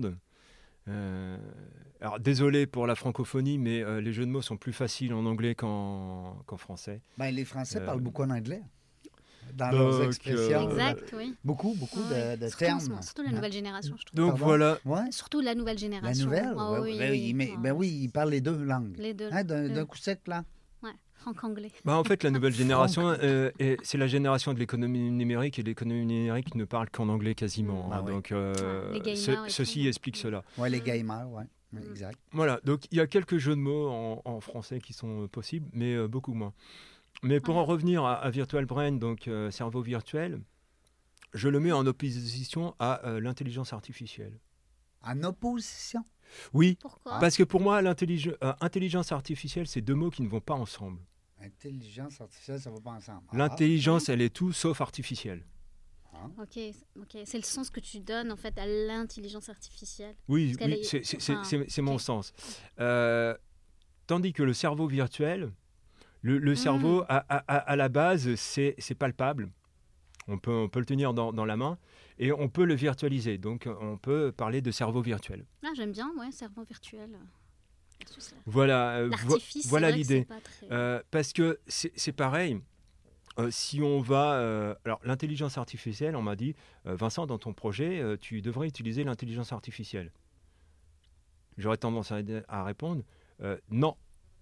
Euh, alors désolé pour la francophonie, mais euh, les jeux de mots sont plus faciles en anglais qu'en qu'en français. Ben, les Français Euh, parlent beaucoup en anglais. Dans donc, leurs expressions. euh, Exact, oui. Beaucoup, beaucoup Ouais. de, de Surtout en ce termes. moment, surtout la nouvelle génération, je trouve. Donc Pardon? voilà. Ouais. Surtout la nouvelle La génération. nouvelle, Ah ouais, oui, ben, oui. oui, mais- Ah, ben oui, ils parlent les deux langues. Les deux. Hein, d'un les d'un deux. coup sec, là. Ouais, franc-anglais. Bah, en fait, la nouvelle génération, euh, est- c'est la génération de l'économie numérique, et l'économie numérique ne parle qu'en anglais quasiment. Ah hein. oui. Donc euh, Ah, les gamers ce- et ceci tout. explique cela. Ouais, les gamers, ouais. Ouais, Mm. exact. Voilà, donc il y a quelques jeux de mots en, en français qui sont euh, possibles, mais euh, beaucoup moins. Mais pour Ouais. en revenir à, à Virtual Brain, donc euh, cerveau virtuel, je le mets en opposition à euh, l'intelligence artificielle. En opposition. Oui, Pourquoi parce que pour moi, l'intelligence euh, intelligence artificielle, c'est deux mots qui ne vont pas ensemble. Intelligence artificielle, ça va pas ensemble. Ah, L'intelligence, elle est tout sauf artificielle. ah. Ok, ok. C'est le sens que tu donnes en fait à l'intelligence artificielle. Oui, Parce qu'elle oui est- c'est c'est- c'est- enfin, c'est- c'est mon ok. sens. Euh, tandis que le cerveau virtuel, le, le Mm. cerveau, à, à- à- à la base, c'est c'est palpable. On peut, on peut le tenir dans, dans la main et on peut le virtualiser. Donc, on peut parler de cerveau virtuel. Ah, j'aime bien, ouais, cerveau virtuel. Versus la- Voilà, euh, vo- L'artifice, voilà c'est vrai que l'idée. c'est pas très- Euh, parce que c'est c'est pareil. Euh, si on va... euh, alors, l'intelligence artificielle, on m'a dit, euh, Vincent, dans ton projet, euh, tu devrais utiliser l'intelligence artificielle. J'aurais tendance à, à répondre, euh, non.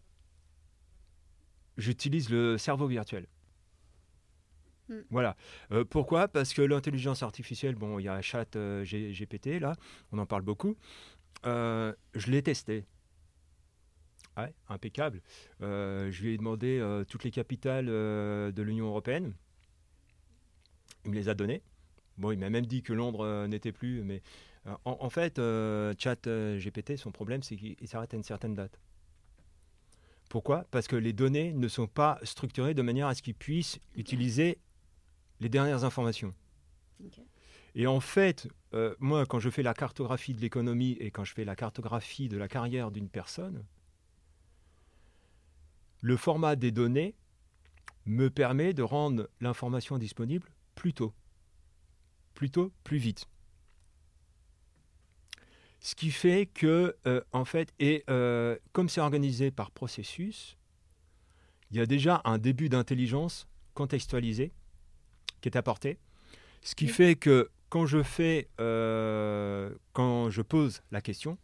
J'utilise le cerveau virtuel. Mm. Voilà. Euh, pourquoi ? Parce que l'intelligence artificielle, bon, il y a Chat euh, G- GPT, là, on en parle beaucoup. euh, je l'ai testé. Ouais, impeccable. Euh, je lui ai demandé euh, toutes les capitales euh, de l'Union européenne. Il me les a données. Bon, il m'a même dit que Londres euh, n'était plus. Mais euh, en, en fait, euh, Chat euh, G P T, son problème, c'est qu'il s'arrête à une certaine date. Pourquoi ? Parce que les données ne sont pas structurées de manière à ce qu'il puisse okay. utiliser les dernières informations. Okay. Et en fait, euh, moi, quand je fais la cartographie de l'économie et quand je fais la cartographie de la carrière d'une personne, le format des données me permet de rendre l'information disponible plus tôt, plus tôt, plus vite. Ce qui fait que, euh, en fait, et euh, comme c'est organisé par processus, il y a déjà un début d'intelligence contextualisée qui est apporté. Ce qui oui. fait que quand je fais, euh, quand je pose la question,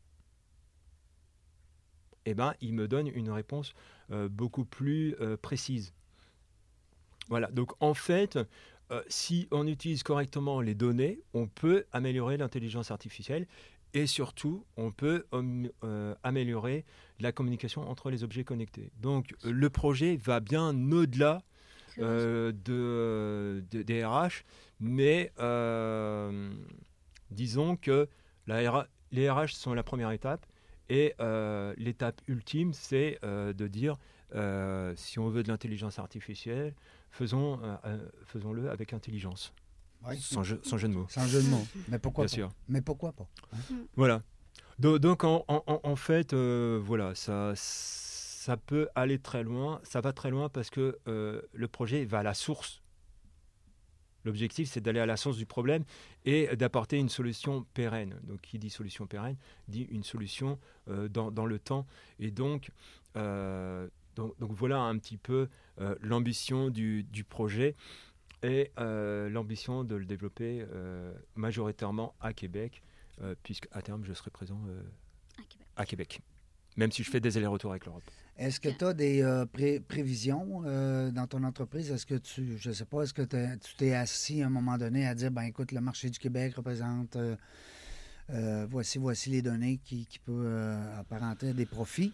eh ben, il me donne une réponse euh, beaucoup plus euh, précise. Voilà. Donc, en fait, euh, si on utilise correctement les données, on peut améliorer l'intelligence artificielle et surtout, on peut um, euh, améliorer la communication entre les objets connectés. Donc, euh, le projet va bien au-delà euh, de, de, des R H, mais euh, disons que la R H, les R H sont la première étape. Et euh, l'étape ultime, c'est euh, de dire, euh, si on veut de l'intelligence artificielle, faisons, euh, euh, faisons-le avec intelligence. Oui. Sans, jeu, sans jeu de mots. Sans jeu de mots. Mais pourquoi Bien pas? sûr. Mais pourquoi pas? Hein? Voilà. Donc, donc en, en, en fait, euh, voilà, ça, ça peut aller très loin. Ça va très loin parce que euh, le projet va à la source. L'objectif, c'est d'aller à la source du problème et d'apporter une solution pérenne. Donc, qui dit solution pérenne, dit une solution euh, dans, dans le temps. Et donc, euh, donc, donc, voilà un petit peu euh, l'ambition du, du projet et euh, l'ambition de le développer euh, majoritairement à Québec, euh, puisqu'à terme, je serai présent euh, à, Québec. à Québec, même si je fais des allers-retours avec l'Europe. Est-ce que tu as des euh, pré- prévisions euh, dans ton entreprise? Est-ce que tu, je ne sais pas, est-ce que tu t'es assis à un moment donné à dire, ben écoute, le marché du Québec représente, euh, euh, voici, voici les données qui, qui peuvent euh, apparenter à des profits?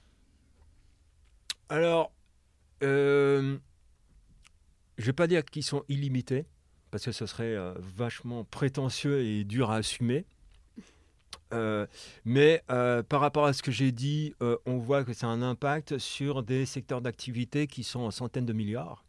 Alors, euh, je ne vais pas dire qu'ils sont illimités, parce que ce serait euh, vachement prétentieux et dur à assumer. Euh, mais euh, par rapport à ce que j'ai dit, euh, on voit que ça a un impact sur des secteurs d'activité qui sont en centaines de milliards.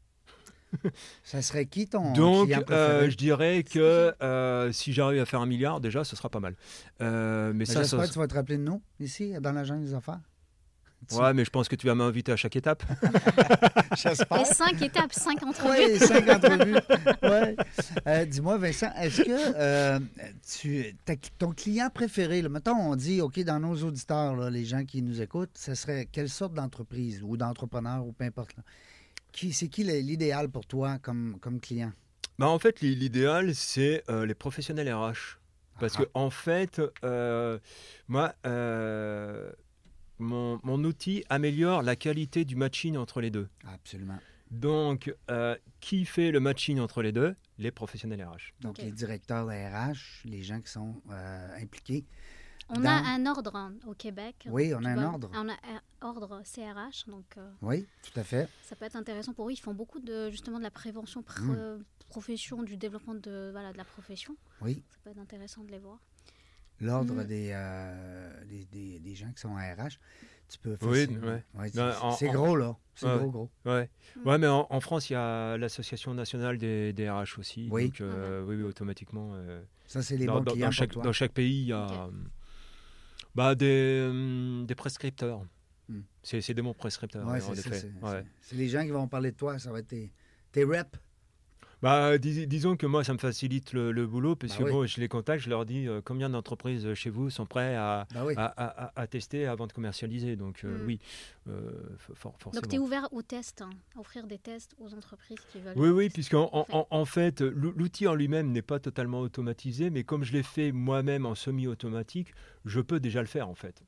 Ça serait qui ton Donc, client préféré? euh, je dirais que euh, si j'arrive à faire un milliard, déjà, ce sera pas mal. Euh, mais mais ça, j'espère ça... que tu vas te rappeler de nous, ici, dans la jungle des affaires. Ouais, mais je pense que tu vas m'inviter à chaque étape. J'espère. Et cinq étapes, cinq entrevues. Oui, cinq entrevues. Ouais. Euh, dis-moi, Vincent, est-ce que euh, tu, ta, ton client préféré, là, mettons, on dit, OK, dans nos auditeurs, là, les gens qui nous écoutent, ce serait quelle sorte d'entreprise ou d'entrepreneur ou peu importe. Là. Qui, c'est qui l'idéal pour toi comme, comme client? Bah, en fait, l'idéal, c'est euh, les professionnels R H. Parce ah. que, en fait, euh, moi... Euh, Mon, mon outil améliore la qualité du matching entre les deux. Absolument. Donc, euh, qui fait le matching entre les deux? Les professionnels R H. Donc, okay. Les directeurs de R H, les gens qui sont euh, impliqués. On dans... a un ordre hein, au Québec. Oui, on a un vois, ordre. On a un ordre C R H. Donc, euh, oui, tout à fait. Ça peut être intéressant pour eux. Ils font beaucoup de, justement, de la prévention, pr- mmh. profession, du développement de, voilà, de la profession. Oui. Ça peut être intéressant de les voir. L'ordre mmh. des, euh, des, des, des gens qui sont en R H, tu peux faire oui, ça. Ouais. Ouais, c'est en, c'est gros, là. C'est ouais, gros, gros. Ouais, mmh. ouais mais en, en France, il y a l'Association nationale des, des R H aussi. Oui. Donc, euh, oui, oui, automatiquement. Euh, ça, c'est les dans, bons dans, clients dans chaque, pour toi. Dans chaque pays, il y a okay. bah, des, euh, des prescripteurs. Mmh. C'est, c'est des bons prescripteurs, ouais, en c'est, effet. C'est, ouais. c'est, c'est les gens qui vont parler de toi. Ça va être tes, tes reps. Bah, dis, disons que moi, ça me facilite le, le boulot, parce bah que oui. bon, je les contacte, je leur dis euh, combien d'entreprises chez vous sont prêts à, bah oui. à, à, à tester avant de commercialiser. Donc, euh, mm. oui, euh, for, forcément. Donc, tu es ouvert aux tests, hein, à offrir des tests aux entreprises qui veulent. Oui, oui, puisqu'en en, en, en fait, l'outil en lui-même n'est pas totalement automatisé, mais comme je l'ai fait moi-même en semi-automatique, je peux déjà le faire, en fait.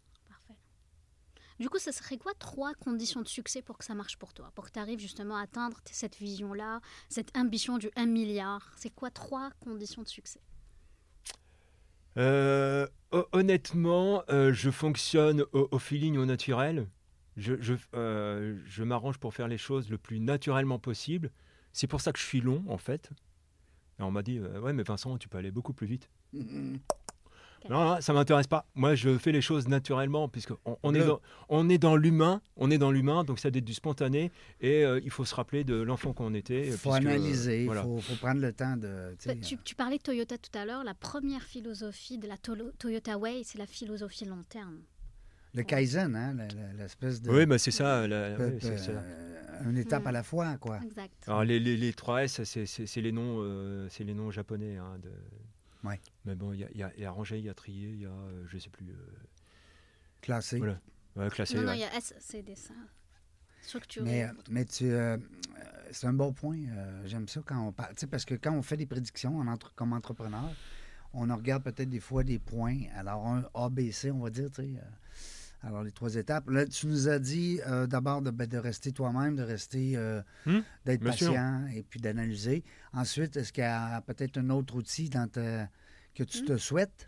Du coup, ce serait quoi trois conditions de succès pour que ça marche pour toi? Pour que tu arrives justement à atteindre cette vision-là, cette ambition du un milliard? C'est quoi trois conditions de succès? Euh, honnêtement, euh, je fonctionne au, au feeling, au naturel. Je, je, euh, je m'arrange pour faire les choses le plus naturellement possible. C'est pour ça que je suis long, en fait. Et on m'a dit, euh, ouais, mais Vincent, tu peux aller beaucoup plus vite. Mm-hmm. Non, non, ça m'intéresse pas. Moi, je fais les choses naturellement, puisque on, on est dans, on est dans l'humain, on est dans l'humain, donc ça doit être du spontané, et euh, il faut se rappeler de l'enfant qu'on était. Il faut puisque, analyser, il euh, voilà. faut, faut prendre le temps de... Bah, tu, tu parlais de Toyota tout à l'heure. La première philosophie de la Tolo- Toyota Way, c'est la philosophie long terme. Le Kaizen, hein, l'espèce de... Oui, mais c'est ça. La, Peu, ouais, peu, c'est ça. euh, une étape Mm. à la fois, quoi. Exact. Alors les, les, les trois S, c'est, c'est, c'est les noms, euh, c'est les noms japonais. Hein, de... Ouais. Mais bon, il y a, y, a, y a rangé, il y a trié, il y a, euh, je sais plus. Euh... Classé. Voilà. Ouais, classé. Non, non, ouais. il y a S, c'est des ça. Structuré. Mais, mais tu, euh, c'est un bon point. Euh, j'aime ça quand on parle. Tu sais, parce que quand on fait des prédictions en entre, comme entrepreneur, on en regarde peut-être des fois des points. Alors, un A, B, C, on va dire, tu sais. Euh, alors, les trois étapes. Là, tu nous as dit euh, d'abord de, ben, de rester toi-même, de rester, euh, Hum, d'être bien sûr. patient et puis d'analyser. Ensuite, est-ce qu'il y a peut-être un autre outil dans ta, que tu Hum. te souhaites?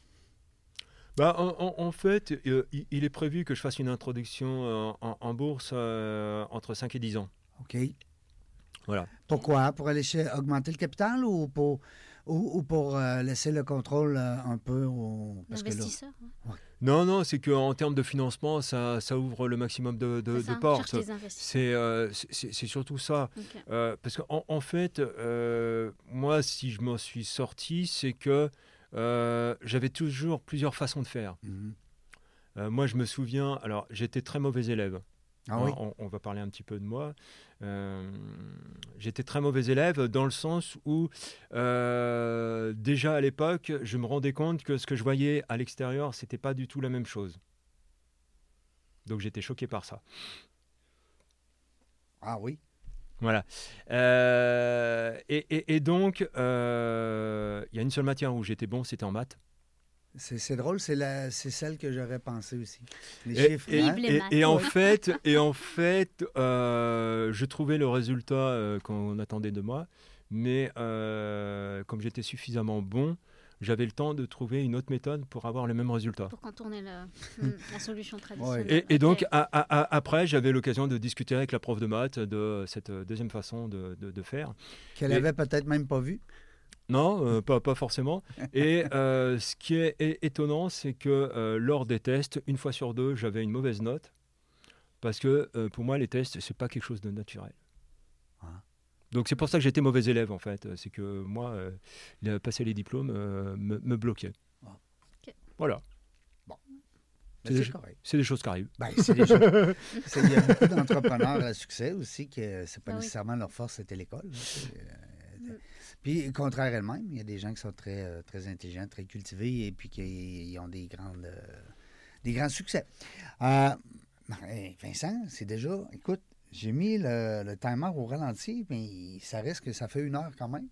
Bah, en, en, en fait, euh, il, il est prévu que je fasse une introduction euh, en, en bourse euh, entre cinq et dix ans. OK. Voilà. Pourquoi? Pour aller chez, augmenter le capital ou pour, ou, ou pour euh, laisser le contrôle euh, un peu au... Parce que là, L'investisseur. ouais. Non, non, c'est qu'en termes de financement, ça, ça ouvre le maximum de, de, C'est ça, de portes. cherche les investisseurs. C'est, euh, c'est, c'est surtout ça. Ok. Euh, parce qu'en en fait, euh, moi, si je m'en suis sorti, c'est que euh, j'avais toujours plusieurs façons de faire. Mhm. Euh, moi, je me souviens, alors j'étais très mauvais élève. Ah oui? on, on va parler un petit peu de moi. Euh, j'étais très mauvais élève dans le sens où, euh, déjà à l'époque, je me rendais compte que ce que je voyais à l'extérieur, c'était pas du tout la même chose. Donc j'étais choqué par ça. Ah oui? Voilà. Euh, et, et- et donc, euh, il y a une seule matière où j'étais bon, c'était en maths. C'est, c'est drôle, c'est, la, c'est celle que j'aurais pensé aussi. Les Et, chiffres, et- hein? Les et- maths. et en Ouais. fait, et en fait euh, je trouvais le résultat euh, qu'on attendait de moi, mais euh, comme j'étais suffisamment bon, j'avais le temps de trouver une autre méthode pour avoir le même résultat. Pour contourner le- hmm, la solution traditionnelle. Et, et donc, Ok. à- à- à- après, j'avais l'occasion de discuter avec la prof de maths de cette deuxième façon de, de- de faire. Qu'elle et- avait peut-être même pas vu. Non, euh, pas, pas forcément. Et euh, ce qui est é- étonnant, c'est que euh, lors des tests, une fois sur deux, j'avais une mauvaise note. Parce que euh, pour moi, les tests, c'est pas quelque chose de naturel. Ah. Donc c'est pour ça que j'étais mauvais élève, en fait. C'est que moi, euh, le- passer les diplômes euh, me, me bloquait. Ah. Ok. Voilà, Mais C'est c'est des- correct. c'est des choses qui arrivent. Ben, c'est des choses- c'est- il y a beaucoup d'entrepreneurs à succès aussi que c'est pas Ah oui. nécessairement leur force, c'était l'école. là. C'est, euh, Mm. Puis, contraire à elle-même, il y a des gens qui sont très, euh, très intelligents, très cultivés et puis qui ils ont des, grandes, euh, des grands succès. Euh, ben, Vincent, c'est déjà... Écoute, j'ai mis le, le timer au ralenti, mais ça risque que ça fait une heure quand même.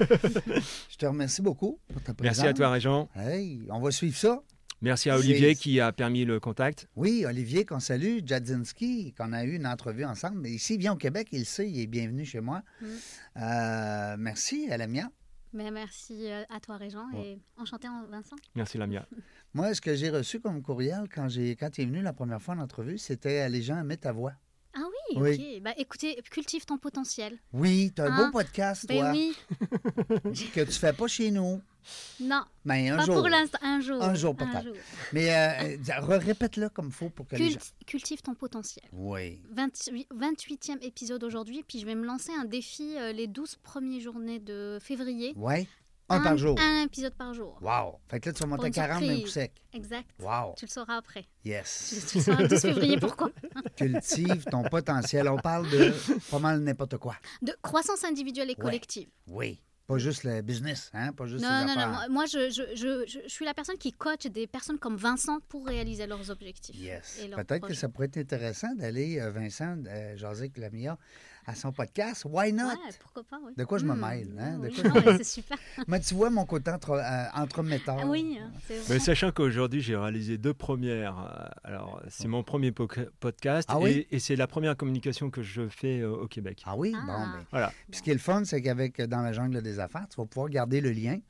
Je te remercie beaucoup pour ta présence. Merci à toi, Régent. Hey, on va suivre ça. Merci à C'est- Olivier qui a permis le contact. Oui, Olivier, qu'on salue, Jadzinski, qu'on a eu une entrevue ensemble. Mais ici, il vient au Québec, il le sait, il est bienvenu chez moi. Mm. Euh, merci à Lamia. Mais merci euh, à toi, Régent, et enchanté, Vincent. Merci, Lamia. Moi, ce que j'ai reçu comme courriel quand, j'ai, quand tu es venu la première fois en entrevue, c'était « Les gens aiment ta voix Ah oui, Oui. ok. Bah, écoutez, cultive ton potentiel. ». Oui, tu as un Hein? beau podcast, Ben toi, oui. que tu fais pas chez nous. Non, Mais un pas jour. pour l'instant. Un jour. Un jour, peut-être. jour. Mais euh, euh, répète-le comme il faut pour que les gens... Cult- Cultive ton potentiel. Oui. vingt-huit vingt-huitième épisode aujourd'hui, puis je vais me lancer un défi euh, les douze premières journées de février. Oui. Un, par jour. Un épisode par jour. Wow. Fait que là, tu vas monter Pour à une quarante d'un surprise. coup sec. Exact. Wow. Tu le sauras après. Tu, Yes. tu le sauras le douze février pourquoi. Cultive ton potentiel. On parle de pas mal n'importe quoi. De croissance individuelle et Ouais. collective. Oui. Pas juste le business, hein? Pas juste Non, les non, non. affaires. Moi, moi, je, je, je, je, je suis la personne qui coach des personnes comme Vincent pour réaliser leurs objectifs. Yes. et leurs Peut-être que projets. ça pourrait être intéressant d'aller, euh, Vincent, euh, jaser avec Lamia à son podcast. Why not? Ouais, pourquoi pas, oui. De quoi je me Hmm. mêle, hein? De Oui, quoi non, je me mais c'est super. Mais tu vois mon côté entre, euh, entremetteur. Ah oui, hein, c'est Mais vrai. sachant qu'aujourd'hui, j'ai réalisé deux premières. euh, Alors, c'est mon premier po- podcast Ah oui? et, et c'est la première communication que je fais euh, au Québec. Ah oui? Ah. Bon, ben. Voilà. Puis ce qui est le fun, c'est qu'avec euh, Dans la jungle des affaires, tu vas pouvoir garder le lien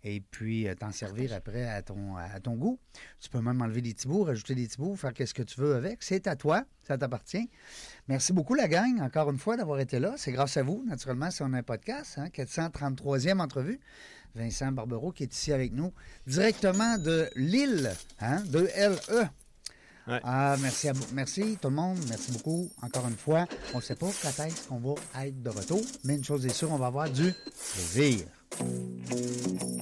et puis euh, t'en servir après à ton, à ton goût. Tu peux même enlever des petits bouts, rajouter des petits bouts, faire qu'est-ce que tu veux avec. C'est à toi, ça t'appartient. Merci beaucoup, la gang, encore une fois, d'avoir été là. C'est grâce à vous, naturellement, si on a un podcast, hein, quatre cent trente-troisième entrevue. Vincent Barbereau qui est ici avec nous, directement de Lille, hein, de L E. Ouais. Ah, merci, à, merci tout le monde, merci beaucoup. Encore une fois, on ne sait pas quand est-ce qu'on va être de retour, mais une chose est sûre, on va avoir du plaisir.